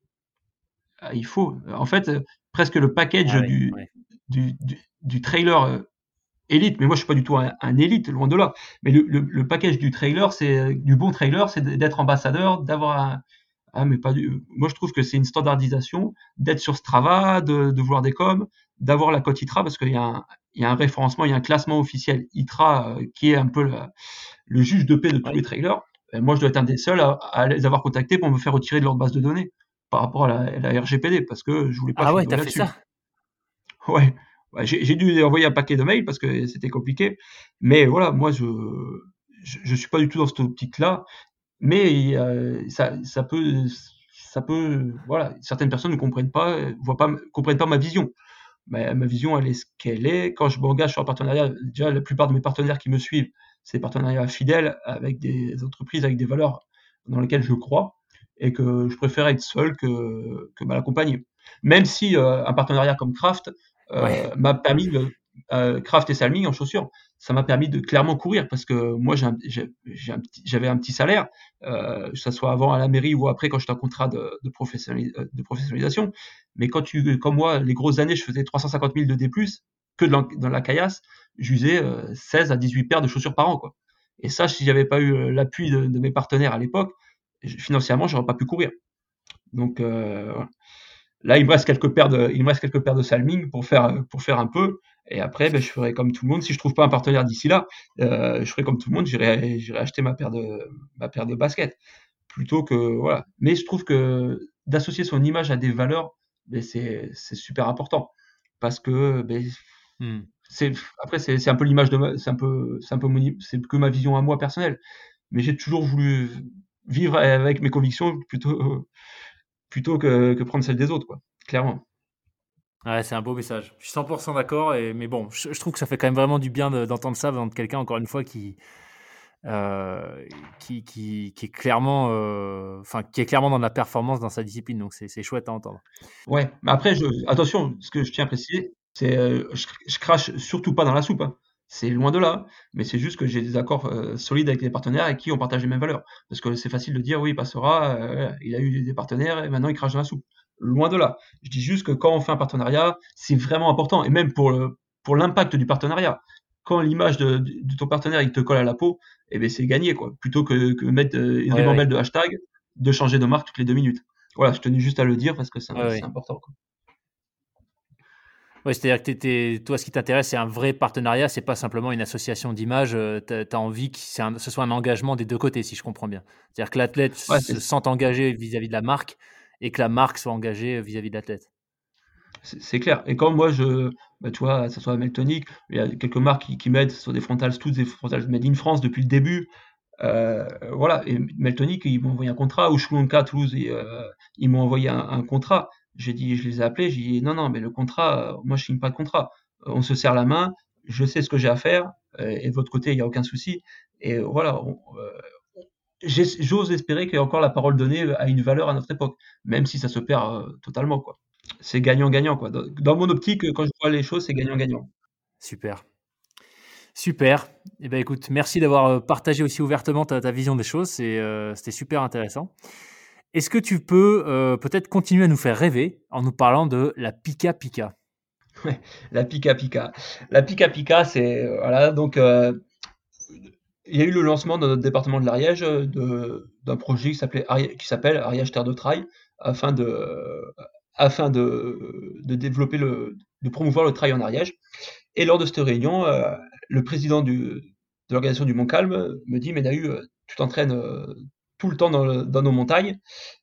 Ah, il faut. En fait, euh, presque le package ah ouais, du, ouais, du, du, du trailer euh, élite, mais moi je suis pas du tout un, un élite, loin de là. Mais le, le, le package du trailer, c'est du bon trailer, c'est d'être ambassadeur, d'avoir un. Ah, mais pas du. Moi je trouve que c'est une standardisation, d'être sur Strava, de, de voir des coms, d'avoir la cote ITRA, parce qu'il y, a un- il y a un référencement, il y a un classement officiel ITRA euh, qui est un peu la- le juge de paix de tous ouais. les trailers. Et moi je dois être un des seuls à, à les avoir contactés pour me faire retirer de leur base de données par rapport à la, la R G P D, parce que je voulais pas Ah ouais, figurer t'as fait là-dessus. ça? Ouais, ouais, j'ai j'ai dû envoyer un paquet de mails parce que c'était compliqué. Mais voilà, moi, je, je, je suis pas du tout dans cette optique-là. Mais euh, ça, ça peut, ça peut, voilà, certaines personnes ne comprennent pas, euh, voient pas, comprennent pas ma vision. Ma, ma vision, elle est ce qu'elle est. Quand je m'engage sur un partenariat, déjà, la plupart de mes partenaires qui me suivent, c'est des partenariats fidèles avec des entreprises, avec des valeurs dans lesquelles je crois et que je préfère être seul que, que mal accompagné. Même si euh, un partenariat comme Kraft Ouais, euh, m'a permis de euh, Kraft et Salmi en chaussures, ça m'a permis de clairement courir parce que moi j'ai un- j'ai- j'ai un petit- j'avais un petit salaire, euh, que ce soit avant à la mairie ou après quand j'étais en contrat de, de, professionnali- de professionnalisation. Mais quand tu, comme moi, les grosses années, je faisais trois cent cinquante mille de D plus, que dans, dans la caillasse, j'usais euh, seize à dix-huit paires de chaussures par an, quoi. Et ça, si j'avais pas eu euh, l'appui de, de mes partenaires à l'époque, je- financièrement, j'aurais pas pu courir. Donc euh, voilà. Là, il me reste quelques paires de, il me reste quelques paires de Salming pour faire, pour faire un peu. Et après, ben, je ferai comme tout le monde. Si je trouve pas un partenaire d'ici là, euh, je ferai comme tout le monde. J'irai, j'irai acheter ma paire de, ma paire de baskets plutôt que voilà. Mais je trouve que d'associer son image à des valeurs, ben, c'est c'est super important parce que ben, hmm, c'est après c'est c'est un peu l'image de ma- c'est un peu c'est un peu mon i- c'est que ma vision à moi personnelle. Mais j'ai toujours voulu vivre avec mes convictions plutôt plutôt que, que prendre celles des autres quoi. Clairement. Ouais, c'est un beau message. Je suis cent pour cent d'accord. Et, mais bon, je, je trouve que ça fait quand même vraiment du bien de- d'entendre ça venant de quelqu'un, encore une fois, qui, euh, qui, qui, qui est clairement, euh, enfin, qui est clairement dans la performance dans sa discipline. Donc, c'est c'est chouette à entendre. Ouais, mais après, je, attention, ce que je tiens à préciser, c'est euh, je, je crache surtout pas dans la soupe, hein. C'est loin de là, mais c'est juste que j'ai des accords euh, solides avec les partenaires avec qui on partage les mêmes valeurs. Parce que c'est facile de dire, oui, il passera, euh, il a eu des partenaires et maintenant il crache dans la soupe. Loin de là. Je dis juste que quand on fait un partenariat, c'est vraiment important, et même pour le, pour l'impact du partenariat. Quand l'image de, de, de ton partenaire il te colle à la peau, eh ben c'est gagné, quoi. Plutôt que, que mettre euh, une Ouais, ribambelle ouais, de hashtag, de changer de marque toutes les deux minutes. Voilà, je tenais juste à le dire parce que c'est ouais, c'est ouais. important, quoi. Ouais, c'est-à-dire que t'es- t'es- toi, ce qui t'intéresse, c'est un vrai partenariat, c'est pas simplement une association d'images. euh, T'as, t'as envie que c'est un- ce soit un engagement des deux côtés, si je comprends bien. C'est-à-dire que l'athlète Ouais, c'est se sente engagé vis-à-vis de la marque et que la marque soit engagée vis-à-vis de l'athlète. c'est c'est clair. Et quand moi je, bah, tu vois, que ce soit Meltonic, il y a quelques marques qui, qui m'aident sur des frontales, toutes des frontales made in France depuis le début. Euh, voilà, et Meltonic, ils m'ont envoyé un contrat, ou Shlonka Toulouse, et, euh, ils m'ont envoyé un, un contrat. J'ai dit, je les ai appelés, j'ai dit non, non, mais le contrat, euh, moi je signe pas de contrat. Euh, On se serre la main, je sais ce que j'ai à faire, euh, et de votre côté, il n'y a aucun souci. Et euh, voilà, on- euh, j'ai- j'ose espérer qu'il y a encore la parole donnée à une valeur à notre époque, même si ça se perd euh, totalement, quoi. C'est gagnant-gagnant, quoi. Dans, dans mon optique, quand je vois les choses, c'est gagnant-gagnant. Super. Super. Eh ben, écoute, merci d'avoir euh, partagé aussi ouvertement ta, ta vision des choses. C'est, euh, c'était super intéressant. Est-ce que tu peux euh, peut-être continuer à nous faire rêver en nous parlant de la Pika Pika? Ouais, la Pika Pika. La Pika Pika, c'est euh, voilà, donc euh, il y a eu le lancement dans notre département de l'Ariège euh, de d'un projet qui s'appelait Ari- qui s'appelle Ariège Terre de Trail afin de afin de, de développer le de promouvoir le trail en Ariège. Et lors de cette réunion, euh, le président du, de l'organisation du Mont-Calm me dit: mais Nahu, euh, tu t'entraînes euh, tout le temps dans, le- dans nos montagnes.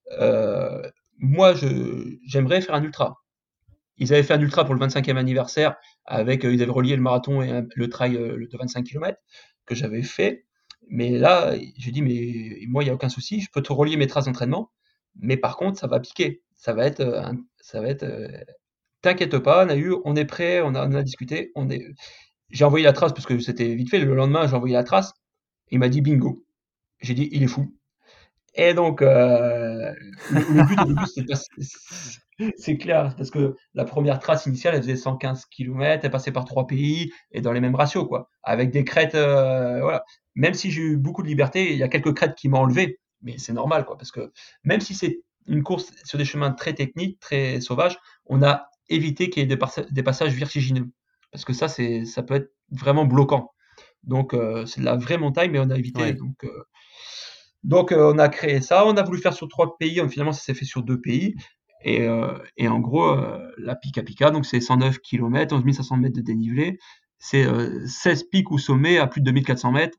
Euh, moi, je, j'aimerais faire un ultra. Ils avaient fait un ultra pour le vingt-cinquième anniversaire avec, euh, ils avaient relié le marathon et un- le trail euh, de vingt-cinq kilomètres que j'avais fait. Mais là, je dis, mais moi, il n'y a aucun souci, je peux te relier mes traces d'entraînement. Mais par contre, ça va piquer. Ça va être, euh, un- ça va être, euh, t'inquiète pas, on a eu, on est prêt, on a, on a discuté, on est, j'ai envoyé la trace parce que c'était vite fait. Le lendemain, j'ai envoyé la trace. Il m'a dit bingo. J'ai dit, il est fou. Et donc, euh, le, le but au début, c'était pas, c'est clair, parce que la première trace initiale, elle faisait cent quinze kilomètres, elle passait par trois pays, et dans les mêmes ratios, quoi. Avec des crêtes, euh, voilà. Même si j'ai eu beaucoup de liberté, il y a quelques crêtes qui m'ont enlevé, mais c'est normal, quoi, parce que même si c'est une course sur des chemins très techniques, très sauvages, on a évité qu'il y ait des, passa- des passages vertigineux. Parce que ça, c'est, ça peut être vraiment bloquant. Donc, euh, c'est de la vraie montagne, mais on a évité. Ouais. Donc, euh, donc euh, on a créé ça, on a voulu faire sur trois pays, finalement ça s'est fait sur deux pays. Et, euh, et en gros, euh, la Pika Pika, donc c'est cent neuf kilomètres, onze mille cinq cents mètres de dénivelé, c'est euh, seize pics ou sommets à plus de deux mille quatre cents mètres.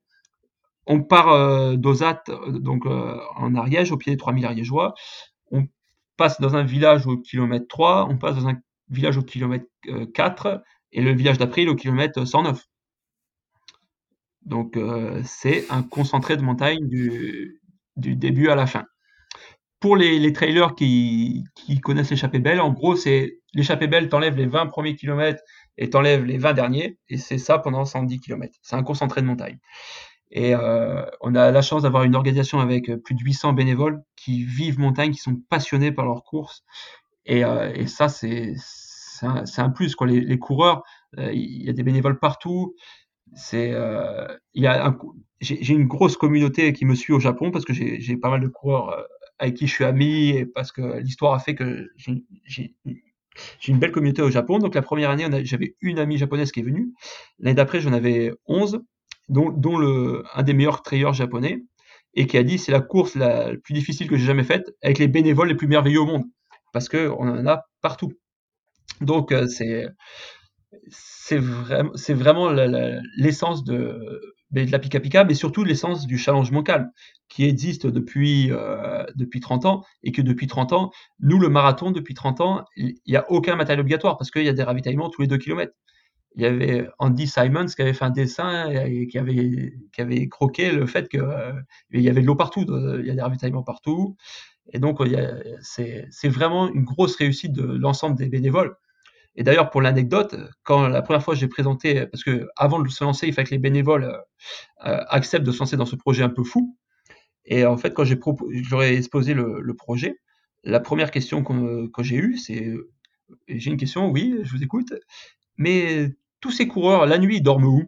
On part euh, d'Ozat, euh, donc euh, en Ariège, au pied des trois mille ariégeois. On passe dans un village au kilomètre trois, on passe dans un village au kilomètre euh, quatre, et le village d'après, il est au kilomètre cent neuf. Donc euh, c'est un concentré de montagne du, du début à la fin. Pour les, les trailers qui, qui connaissent l'échappée belle, en gros, c'est l'échappée belle, t'enlèves les vingt premiers kilomètres et t'enlèves les vingt derniers, et c'est ça pendant cent dix kilomètres. C'est un concentré de montagne. Et euh, on a la chance d'avoir une organisation avec plus de huit cents bénévoles qui vivent montagne, qui sont passionnés par leur course. Et, euh, et ça, c'est c'est un, c'est un plus, quoi. Les, les coureurs, euh, il y a des bénévoles partout. C'est, euh, il y a un, j'ai j'ai une grosse communauté qui me suit au Japon parce que j'ai j'ai pas mal de coureurs euh, avec qui je suis ami et parce que l'histoire a fait que j'ai j'ai j'ai une belle communauté au Japon. Donc la première année, on a- j'avais une amie japonaise qui est venue. L'année d'après, j'en avais onze, dont, dont le, un des meilleurs trailers japonais, et qui a dit c'est la course la plus difficile que j'ai jamais faite, avec les bénévoles les plus merveilleux au monde, parce que on en a partout. Donc euh, c'est c'est vraiment, c'est vraiment la- la- l'essence de, ben, de la Pika Pika, mais surtout l'essence du challenge calme, qui existe depuis, euh, depuis trente ans, et que depuis trente ans, nous, le marathon, depuis trente ans, il n'y a aucun matériel obligatoire, parce qu'il y a des ravitaillements tous les deux kilomètres. Il y avait Andy Simons qui avait fait un dessin et qui avait, qui avait croqué le fait qu'il euh, y avait de l'eau partout, de- il y a des ravitaillements partout. Et donc, il y a- c'est c'est vraiment une grosse réussite de l'ensemble des bénévoles. Et d'ailleurs, pour l'anecdote, quand la première fois j'ai présenté, parce que avant de se lancer, il fallait que les bénévoles euh, euh, acceptent de se lancer dans ce projet un peu fou. Et en fait, quand j'ai propo- j'aurais exposé le, le projet, la première question qu'on- que j'ai eue, c'est euh, j'ai une question, oui, je vous écoute, mais tous ces coureurs, la nuit, ils dorment où?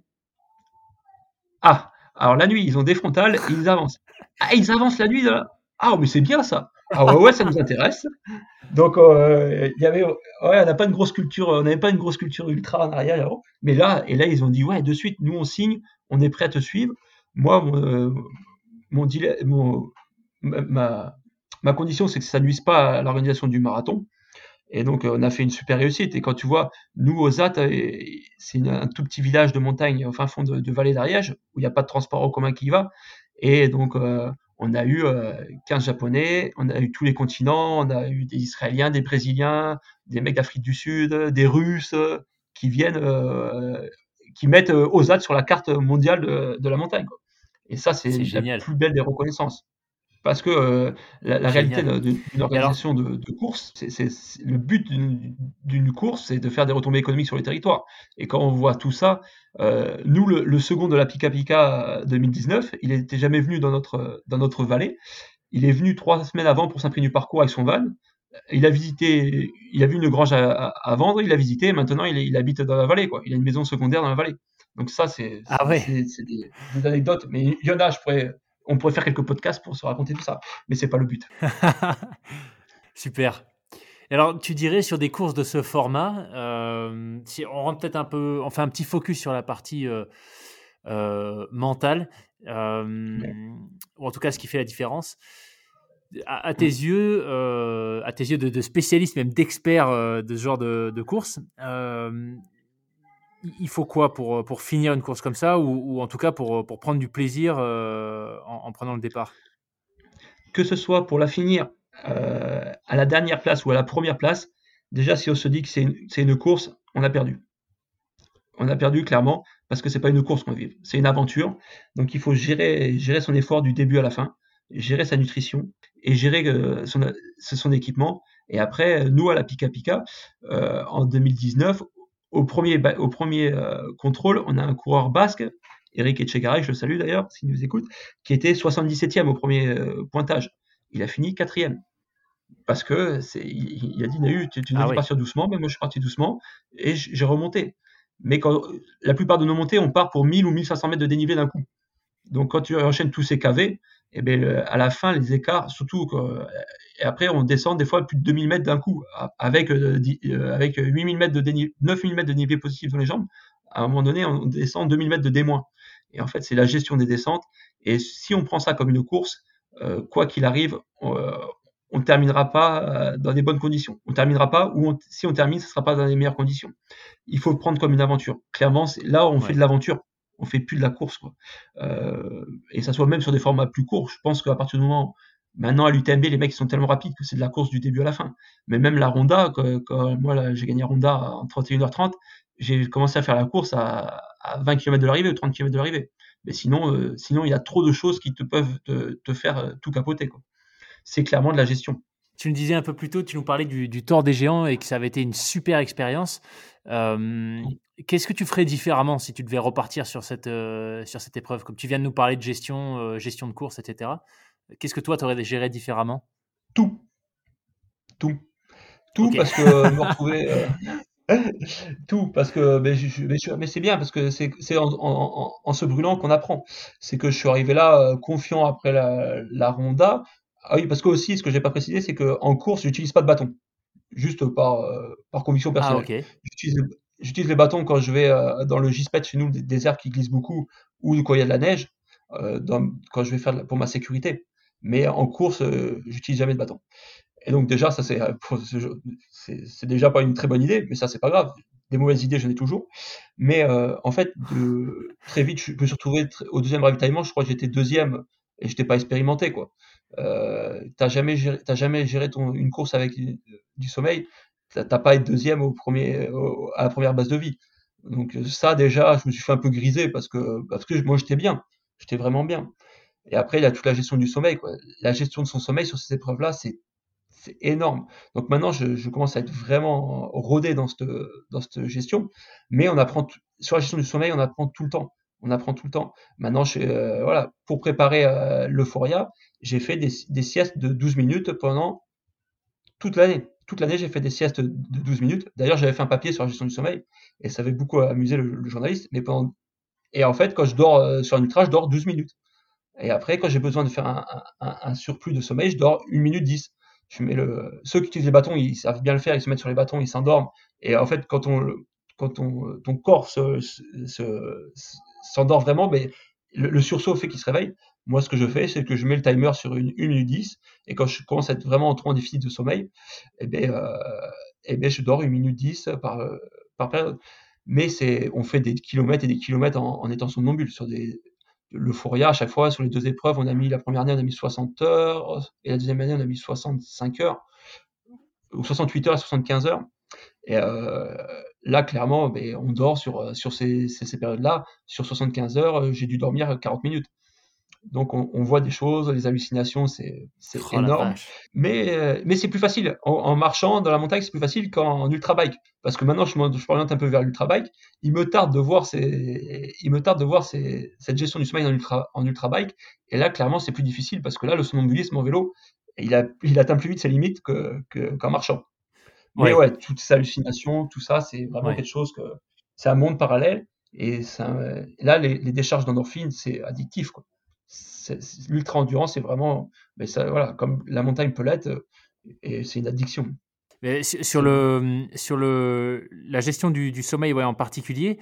Ah, alors la nuit, ils ont des frontales et ils avancent. Ah, ils avancent la nuit là? Ah, mais c'est bien ça. Ah ouais, ouais, ça nous intéresse. Donc, euh, il y avait, ouais, on n'a pas une grosse culture, on n'avait pas une grosse culture ultra en arrière avant. Mais là, et là, ils ont dit, ouais, de suite, nous on signe, on est prêt à te suivre. Moi, mon, euh, mon, dile- mon- ma, ma, ma condition, c'est que ça nuise pas à l'organisation du marathon. Et donc, euh, on a fait une super réussite. Et quand tu vois, nous, aux A T, euh, c'est une- un tout petit village de montagne, au fin fond de, de vallée d'Ariège, où il n'y a pas de transport en commun qui y va. Et donc, euh, on a eu euh, quinze Japonais, on a eu tous les continents, on a eu des Israéliens, des Brésiliens, des mecs d'Afrique du Sud, des Russes, euh, qui viennent, euh, qui mettent euh, aux A T sur la carte mondiale de, de la montagne, quoi. Et ça, c'est C'est la génial, plus belle des reconnaissances. Parce que euh, la, la réalité génial. de- de- d'une Et alors, organisation de, de course, c'est, c'est- c'est- le but d'une d'une course, c'est de faire des retombées économiques sur les territoires. Et quand on voit tout ça, euh, nous, le, le second de la Pika Pika deux mille dix-neuf, il n'était jamais venu dans notre, dans notre vallée. Il est venu trois semaines avant pour s'imprégner du parcours avec son van. Il a visité, il a vu une grange à, à- à vendre, il a visité, et maintenant il, est- il habite dans la vallée, quoi. Il a une maison secondaire dans la vallée. Donc ça, c'est ah c'est- ouais, c'est- c'est des, des anecdotes, mais il y en a, je pourrais, on pourrait faire quelques podcasts pour se raconter tout ça, mais c'est pas le but. super. Et alors, tu dirais sur des courses de ce format, euh, si on rentre peut-être un peu, on fait un petit focus sur la partie euh, euh, mentale, Ouais, euh, ou en tout cas ce qui fait la différence. À, à tes ouais. yeux, euh, à tes yeux de, de spécialiste, même d'expert euh, de ce genre de, de course, euh, il il faut quoi pour, pour finir une course comme ça, ou, ou en tout cas pour, pour prendre du plaisir euh, en, en prenant le départ? Que ce soit pour la finir euh, à la dernière place ou à la première place, déjà si on se dit que c'est une, c'est une course, on a perdu. On a perdu clairement parce que c'est pas une course qu'on vive, c'est une aventure. Donc il faut gérer, gérer son effort du début à la fin, gérer sa nutrition et gérer euh, son, son équipement. Et après, nous à la Pika Pika, euh, en deux mille dix-neuf, au premier, au premier euh, contrôle, on a un coureur basque, Eric Echegaray, je le salue d'ailleurs s'il nous écoute, qui était soixante-dix-septième au premier euh, pointage. Il a fini quatrième parce que c'est, il, il a dit Nahu, tu, tu nous as Ah dit de oui, partir doucement, mais moi je suis parti doucement et j'ai remonté. Mais quand la plupart de nos montées, on part pour mille ou mille cinq cents mètres de dénivelé d'un coup. Donc quand tu enchaînes tous ces K V, et bien à la fin les écarts, surtout quand, et après on descend des fois plus de deux mille mètres d'un coup avec euh, avec huit mille mètres de dénivelé, neuf mille mètres de dénivelé positif dans les jambes. À un moment donné, on descend deux mille mètres de D-. Et en fait, c'est la gestion des descentes. Et si on prend ça comme une course, euh, quoi qu'il arrive, on, euh, on ne terminera pas euh, dans des bonnes conditions. On ne terminera pas, ou on, si on termine, ce ne sera pas dans les meilleures conditions. Il faut le prendre comme une aventure. Clairement, c'est, là, on fait ouais, de l'aventure. On fait plus de la course, quoi. Euh, et ça soit même sur des formats plus courts. Je pense qu'à partir du moment, maintenant à l'U T M B, les mecs ils sont tellement rapides que c'est de la course du début à la fin. Mais même la Ronda, quand, quand moi là, j'ai gagné la Ronda en trente et une heures trente, j'ai commencé à faire la course à, à vingt kilomètres de l'arrivée ou trente kilomètres de l'arrivée. Mais sinon, euh, sinon il y a trop de choses qui te peuvent te, te faire euh, tout capoter, quoi. C'est clairement de la gestion. tu nous disais un peu plus tôt, tu nous parlais du, du Tour des Géants et que ça avait été une super expérience. Euh, Qu'est-ce que tu ferais différemment si tu devais repartir sur cette, euh, sur cette épreuve? Comme tu viens de nous parler de gestion, euh, gestion de course, et cetera. Qu'est-ce que toi, tu aurais géré différemment? Tout, tout, tout, Ok. parce que euh, me retrouver euh, tout, parce que mais, je, mais, je- mais c'est bien, parce que c'est c'est en, en, en, en se brûlant qu'on apprend. C'est que je suis arrivé là euh, confiant après la, la Ronda. Ah oui, parce que aussi, ce que j'ai pas précisé, c'est que en course, j'utilise pas de bâton, juste par, euh, par conviction Ah, personnelle. ok. J'utilise j'utilise les bâtons quand je vais euh, dans le Gispet chez nous, des, des aires qui glissent beaucoup, ou quand il y a de la neige, euh, dans- quand je vais faire de la- pour ma sécurité. Mais en course, euh, j'utilise jamais de bâton. Et donc déjà, ça c'est, euh, pour ce jeu- c'est c'est déjà pas une très bonne idée, mais ça c'est pas grave. Des mauvaises idées, j'en ai toujours. Mais euh, en fait, de, très vite, je me suis retrouvé tr- au deuxième ravitaillement. Je crois que j'étais deuxième et j'étais pas expérimenté, quoi. Euh, t'as jamais géré, t'as jamais géré ton, une course avec du, du sommeil. T'as t'as pas à être deuxième au premier, au- à la première base de vie. Donc euh, ça déjà, je me suis fait un peu griser parce que parce que moi j'étais bien, j'étais vraiment bien. Et après, il y a toute la gestion du sommeil, quoi. La gestion de son sommeil sur ces épreuves-là, c'est c'est énorme. Donc maintenant, je, je commence à être vraiment rodé dans cette, dans cette gestion, mais on apprend t- sur la gestion du sommeil, on apprend tout le temps. On apprend tout le temps. Maintenant, je, euh, voilà, pour préparer euh, l'Euphoria, j'ai fait des, des siestes de douze minutes pendant toute l'année. Toute l'année, j'ai fait des siestes de douze minutes. D'ailleurs, j'avais fait un papier sur la gestion du sommeil et ça avait beaucoup amusé le, le journaliste. Mais pendant... Et en fait, quand je dors euh, sur un ultra, je dors douze minutes. Et après, quand j'ai besoin de faire un, un, un surplus de sommeil, je dors une minute dix. Je mets le... Ceux qui utilisent les bâtons, ils savent bien le faire, ils se mettent sur les bâtons, ils s'endorment. Et en fait, quand, on, quand on, ton corps se, se, s'endort vraiment, ben, le, le sursaut fait qu'il se réveille. Moi, ce que je fais, c'est que je mets le timer sur une, une minute dix, et quand je commence à être vraiment trop en déficit de sommeil, eh ben, euh, eh ben, je dors une minute dix par, par période. Mais c'est, on fait des kilomètres et des kilomètres en, en étant somnambule sur des, l'Euphoria, à chaque fois, sur les deux épreuves, on a mis, la première année, on a mis soixante heures, et la deuxième année, on a mis soixante-cinq heures, ou soixante-huit heures et soixante-quinze heures. Et euh, là, clairement, ben, on dort sur, sur ces, ces, ces périodes-là. Sur soixante-quinze heures, j'ai dû dormir quarante minutes. Donc on, on voit des choses, les hallucinations, c'est c'est Oh la énorme. vache. Mais, euh, mais c'est plus facile. En, en marchant dans la montagne, c'est plus facile qu'en ultra bike. Parce que maintenant, je m'en- je m'oriente un peu vers l'ultra bike. Il me tarde de voir, ces, il me tarde de voir ces, cette gestion du sommeil en ultra, en ultra bike. Et là, clairement, c'est plus difficile parce que là, le somnambulisme en vélo, il, a, il atteint plus vite ses limites que, que- qu'en marchant. Mais Ouais, ouais, toutes ces hallucinations, tout ça, c'est vraiment ouais. quelque chose que c'est un monde parallèle. Et ça, là, les, les décharges d'endorphines, c'est addictif, quoi. C'est- c'est- L'ultra-endurance, c'est vraiment, mais ça, voilà, comme la montagne peut l'être, euh, et c'est une addiction. Mais su- sur C'est, le, sur le, la gestion du, du sommeil, ouais, en particulier,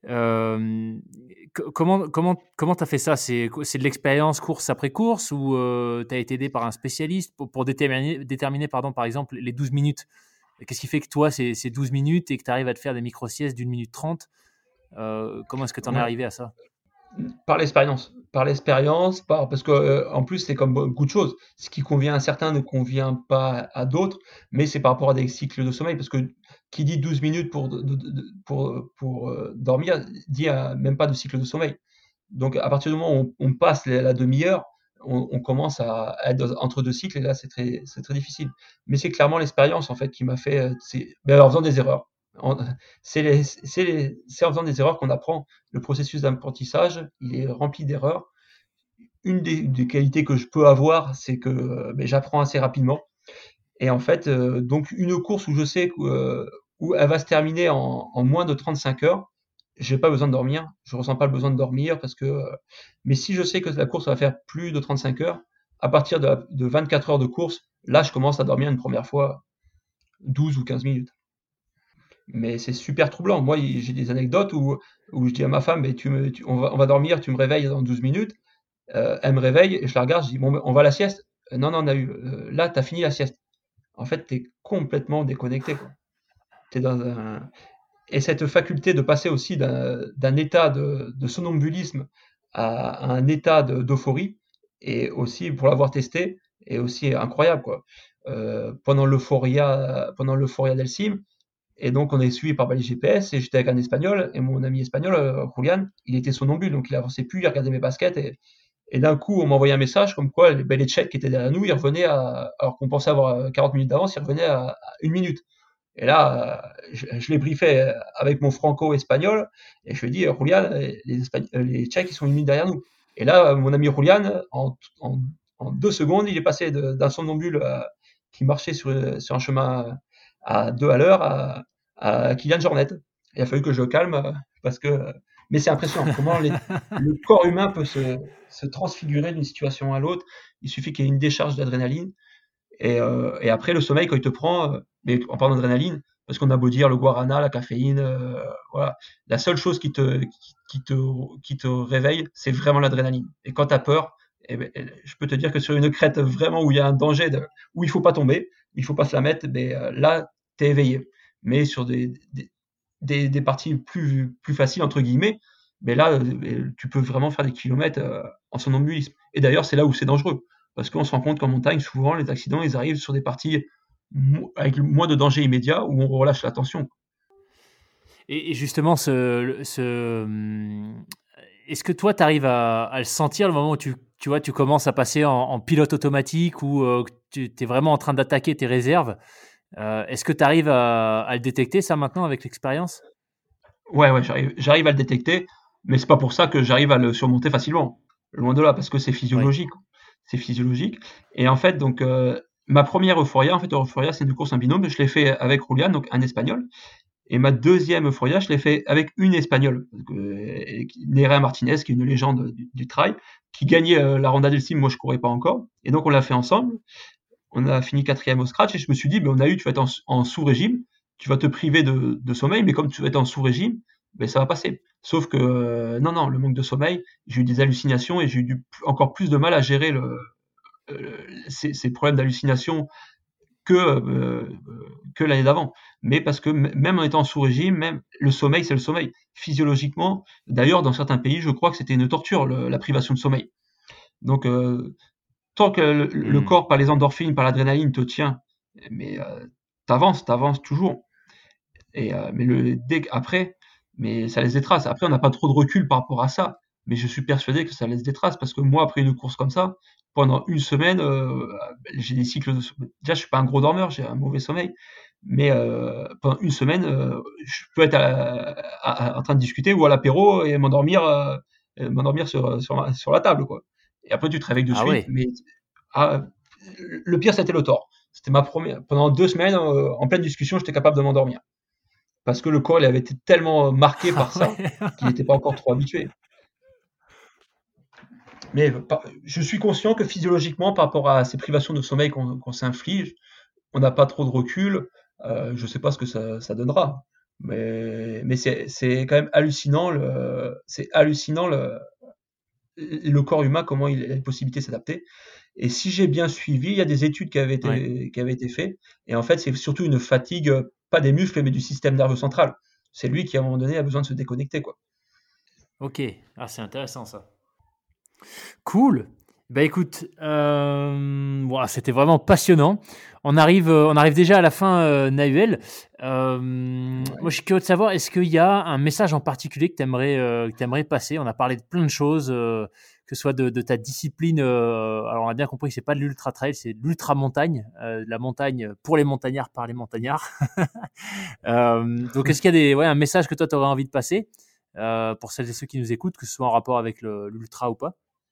euh, co- comment comment comment t'as fait ça? C'est quoi- c'est de l'expérience course après course ou tu as été aidé par un spécialiste pour, pour déterminer déterminer pardon par exemple les douze minutes? Qu'est-ce qui fait que toi c'est c'est douze minutes et que tu arrives à te faire des micro siestes d'une minute trente? Euh, comment est-ce que tu en es ouais. arrivé à ça? Par l'expérience, par l'expérience, par parce que euh, en plus c'est comme beaucoup de choses. Ce qui convient à certains ne convient pas à d'autres, mais c'est par rapport à des cycles de sommeil. Parce que qui dit douze minutes pour de- de- de- pour pour euh, dormir dit euh, même pas de cycle de sommeil. Donc à partir du moment où on, on passe la, la demi-heure, on, on commence à, à être dans- entre deux cycles et là c'est très c'est très difficile. Mais c'est clairement l'expérience en fait qui m'a fait, euh, c'est ben, en faisant des erreurs. En- C'est les- c'est les- c'est en faisant des erreurs qu'on apprend. Le processus d'apprentissage, il est rempli d'erreurs. Une des, des qualités que je peux avoir, c'est que euh, ben, j'apprends assez rapidement. Et en fait, euh, donc une course où je sais que, euh, où elle va se terminer en, en moins de trente-cinq heures, j'ai pas besoin de dormir. Je ressens pas le besoin de dormir parce que. euh, mais si je sais que la course va faire plus de trente-cinq heures, à partir de, la- de vingt-quatre heures de course, là, je commence à dormir une première fois douze ou quinze minutes. Mais c'est super troublant. Moi, il- j'ai des anecdotes où, où je dis à ma femme, mais tu me, tu- on va, on va dormir, tu me réveilles dans douze minutes. Euh, elle me réveille et je la regarde, je dis, bon, ben, on va à la sieste. Euh, non, non, on a eu. Euh, là, t'as fini la sieste. En fait, t'es complètement déconnecté, quoi. T'es dans un... Et cette faculté de passer aussi d'un d'un état de, de somnambulisme à, à un état de- d'euphorie, et aussi, pour l'avoir testé, est aussi incroyable, quoi. Euh, pendant l'euphoria, pendant l'euphoria d'Elsim, et donc on est suivi par balai G P S, et j'étais avec un espagnol, et mon ami espagnol, euh, Julian, il était somnambule, donc il avançait plus, il regardait mes baskets, et, et d'un coup, on m'a envoyé un message comme quoi les, ben, les Tchèques qui étaient derrière nous, ils revenaient à, alors qu'on pensait avoir euh, quarante minutes d'avance, ils revenaient à, à une minute. Et là, euh, je, je l'ai briefé euh, avec mon franco-espagnol, et je lui ai dit, Julian, les, Espagn- euh, les Tchèques, ils sont une minute derrière nous. Et là, mon ami Julian, en, en, en deux secondes, il est passé de- d'un somnambule euh, qui marchait sur, sur un chemin à deux à l'heure à, à Kylian Jornet. Il a fallu que je le calme, euh, parce que... Mais c'est impressionnant comment les- le corps humain peut se, se transfigurer d'une situation à l'autre. Il suffit qu'il y ait une décharge d'adrénaline. Et, euh, et après, le sommeil, quand il te prend, euh, mais en parlant d'adrénaline, parce qu'on a beau dire le guarana, la caféine, euh, voilà, la seule chose qui te, qui, qui te, qui te réveille, c'est vraiment l'adrénaline. Et quand tu as peur, eh ben, je peux te dire que sur une crête vraiment où il y a un danger, de, où il faut pas tomber, il faut pas se la mettre, mais euh, là, tu es éveillé. Mais sur des, des, des, des parties plus, plus faciles, entre guillemets, mais là, euh, tu peux vraiment faire des kilomètres euh, en somnambulisme. Et d'ailleurs, c'est là où c'est dangereux. Parce qu'on se rend compte qu'en montagne, souvent, les accidents, ils arrivent sur des parties mo- avec le moins de danger immédiat où on relâche la tension. Et, et justement, ce, ce, hum, est-ce que toi, tu arrives à, à le sentir le moment où tu, tu vois, tu commences à passer en, en pilote automatique ou euh, tu es vraiment en train d'attaquer tes réserves. Euh, est-ce que tu arrives à, à le détecter, ça, maintenant, avec l'expérience? Ouais, ouais, j'arrive, j'arrive à le détecter, mais c'est pas pour ça que j'arrive à le surmonter facilement. Loin de là, parce que c'est Oui. physiologique. C'est physiologique. Et en fait, donc, euh, ma première Euphoria, en fait, Euphoria, c'est une course en binôme. Je l'ai fait avec Julian, donc un Espagnol. Et ma deuxième Euphoria, je l'ai fait avec une Espagnole, donc, euh, Nerea Martinez, qui est une légende du, du trail, qui gagnait euh, la Ronda del Cim. Moi, je courais pas encore. Et donc, on l'a fait ensemble. On a fini quatrième au scratch et je me suis dit, ben, on a eu, tu vas être en, en sous-régime, tu vas te priver de, de sommeil, mais comme tu vas être en sous-régime, ben, ça va passer. Sauf que, euh, non, non, le manque de sommeil, j'ai eu des hallucinations et j'ai eu du, encore plus de mal à gérer le, euh, ces, ces problèmes d'hallucination que, euh, que l'année d'avant. Mais parce que même en étant sous régime, même le sommeil, c'est le sommeil. Physiologiquement, d'ailleurs, dans certains pays, je crois que c'était une torture, le, la privation de sommeil. Donc, euh, tant que le, le Hmm. corps, par les endorphines, par l'adrénaline, te tient, mais euh, t'avances, t'avances toujours. Et, euh, mais le, dès après, mais ça laisse des traces. Après, on n'a pas trop de recul par rapport à ça. Mais je suis persuadé que ça laisse des traces parce que moi, après une course comme ça, pendant une semaine, euh, j'ai des cycles de... Déjà, je suis pas un gros dormeur, j'ai un mauvais sommeil. Mais euh, pendant une semaine, euh, je peux être à- à- à- en train de discuter ou à l'apéro et m'endormir euh, m'endormir sur, sur, sur la table, quoi. Et après, tu te réveilles de Ah suite. ouais. Mais ah, le pire, c'était le tort. C'était ma première. Pendant deux semaines, euh, en pleine discussion, j'étais capable de m'endormir parce que le corps il avait été tellement marqué Ah par ça ouais. qu'il n'était pas encore trop habitué. Mais je suis conscient que physiologiquement, par rapport à ces privations de sommeil qu'on qu'on s'inflige, on n'a pas trop de recul. Euh, je ne sais pas ce que ça, ça donnera, mais, mais c'est c'est quand même hallucinant. Le, c'est hallucinant le, le corps humain, comment il a la possibilité de s'adapter. Et si j'ai bien suivi, il y a des études qui avaient Ouais. été, qui avaient été faites. Et en fait, c'est surtout une fatigue, pas des muscles, mais du système nerveux central. C'est lui qui, à un moment donné, a besoin de se déconnecter, quoi. Ok. Ah, c'est intéressant, ça. Cool. Bah écoute, euh, ouah, c'était vraiment passionnant. On arrive, euh, on arrive déjà à la fin, euh, Nahuel. Euh, moi, je Ouais. suis curieux de savoir, est-ce qu'il y a un message en particulier que tu aimerais, euh, que t'aimerais passer? On a parlé de plein de choses, euh, que ce soit de, de ta discipline. Euh, alors, on a bien compris que c'est pas de l'ultra trail, c'est de l'ultra montagne, euh, de la montagne pour les montagnards par les montagnards. Euh, donc, est-ce qu'il y a des, ouais, un message que toi, tu aurais envie de passer euh, pour celles et ceux qui nous écoutent, que ce soit en rapport avec le- l'ultra ou pas?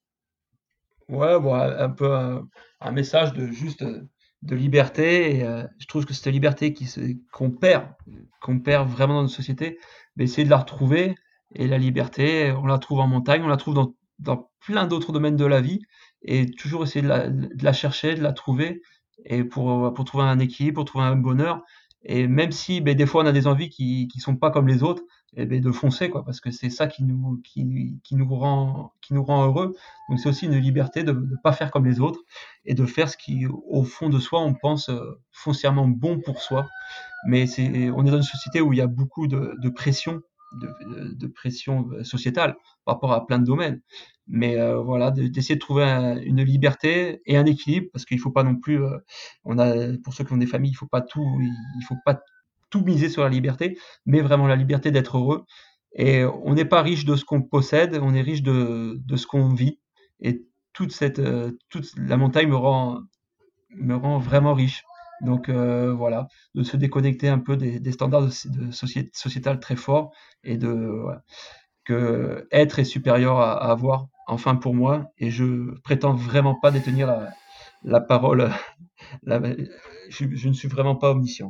Ouais, bon, un un peu un, un message de juste euh, de liberté. Et, euh, je trouve que cette liberté qui se, qu'on perd, qu'on perd vraiment dans notre société, mais essayer de la retrouver. Et la liberté, on la trouve en montagne, on la trouve dans, dans plein d'autres domaines de la vie. Et toujours essayer de la, de la chercher, de la trouver, et pour, pour trouver un équilibre, pour trouver un bonheur. Et même si ben, des fois on a des envies qui qui sont pas comme les autres, et ben, de foncer, quoi, parce que c'est ça qui nous, qui, qui nous rend, qui nous rend heureux. Donc c'est aussi une liberté de ne pas faire comme les autres et de faire ce qui, au fond de soi, on pense euh, foncièrement bon pour soi. Mais c'est, on est dans une société où il y a beaucoup de, de pression, de, de pression sociétale par rapport à plein de domaines. Mais euh, voilà, de- d'essayer de trouver un- une liberté et un équilibre, parce qu'il faut pas non plus, euh, on a, pour ceux qui ont des familles, il faut pas tout, il faut pas tout miser sur la liberté, mais vraiment la liberté d'être heureux. Et on n'est pas riche de ce qu'on possède, on est riche de, de ce qu'on vit. Et toute cette, euh, toute la montagne me rend, me rend vraiment riche. Donc euh, voilà, de se déconnecter un peu des, des standards de, de société, sociétal très forts et de voilà, que être est supérieur à, à avoir. Enfin pour moi, et je prétends vraiment pas détenir la, la parole. La, je, je, ne suis vraiment pas omniscient.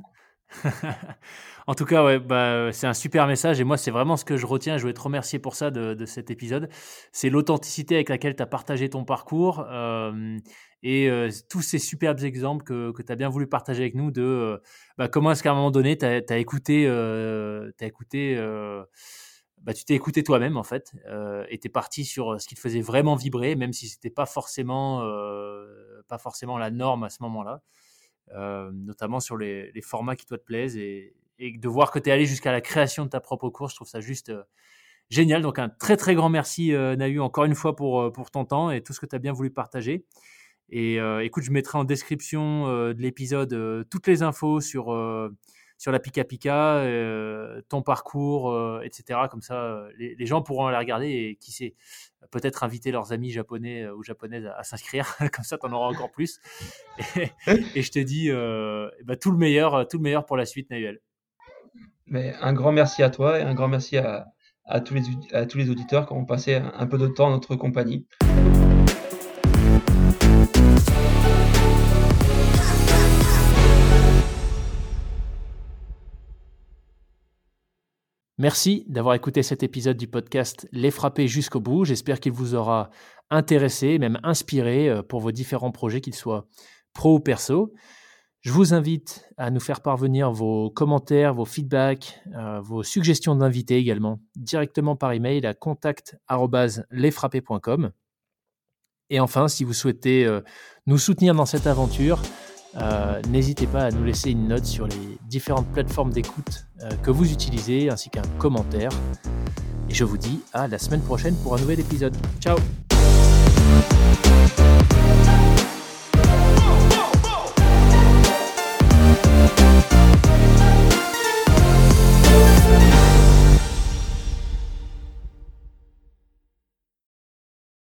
En tout cas, ouais, bah, c'est un super message et moi, c'est vraiment ce que je retiens. Je voulais te remercier pour ça de, de cet épisode. C'est l'authenticité avec laquelle tu as partagé ton parcours euh, et euh, tous ces superbes exemples que, que tu as bien voulu partager avec nous de euh, bah, comment est-ce qu'à un moment donné, tu as écouté, euh, t'as écouté euh, bah, tu t'es écouté toi-même en fait euh, et tu es parti sur ce qui te faisait vraiment vibrer, même si c'était pas forcément, euh, pas forcément la norme à ce moment-là. Euh, notamment sur les, les, formats qui toi te plaisent et, et de voir que tu es allé jusqu'à la création de ta propre course, je trouve ça juste euh, génial. Donc un très très grand merci euh, Nahu encore une fois pour, euh, pour ton temps et tout ce que tu as bien voulu partager. Et euh, écoute, je mettrai en description euh, de l'épisode euh, toutes les infos sur, euh, sur la Pika Pika, euh, ton parcours, euh, et cetera. Comme ça, euh, les, les gens pourront aller regarder et qui sait, peut-être inviter leurs amis japonais euh, ou japonaises à, à s'inscrire. Comme ça, tu en auras encore plus. Et, et je te dis euh, bah, tout le meilleur, tout le meilleur pour la suite, Nahuel. Mais un grand merci à toi et un grand merci à, à, tous, les, à tous les auditeurs qui ont passé un, un peu de temps en notre compagnie. Merci d'avoir écouté cet épisode du podcast Les Frappés jusqu'au bout. J'espère qu'il vous aura intéressé, même inspiré pour vos différents projets, qu'ils soient pro ou perso. Je vous invite à nous faire parvenir vos commentaires, vos feedbacks, euh, vos suggestions d'invités également, directement par email à contact arobase lesfrappés point com. Et enfin, si vous souhaitez euh, nous soutenir dans cette aventure, euh, n'hésitez pas à nous laisser une note sur les différentes plateformes d'écoute euh, que vous utilisez, ainsi qu'un commentaire. Et je vous dis à la semaine prochaine pour un nouvel épisode. Ciao! We'll be right back.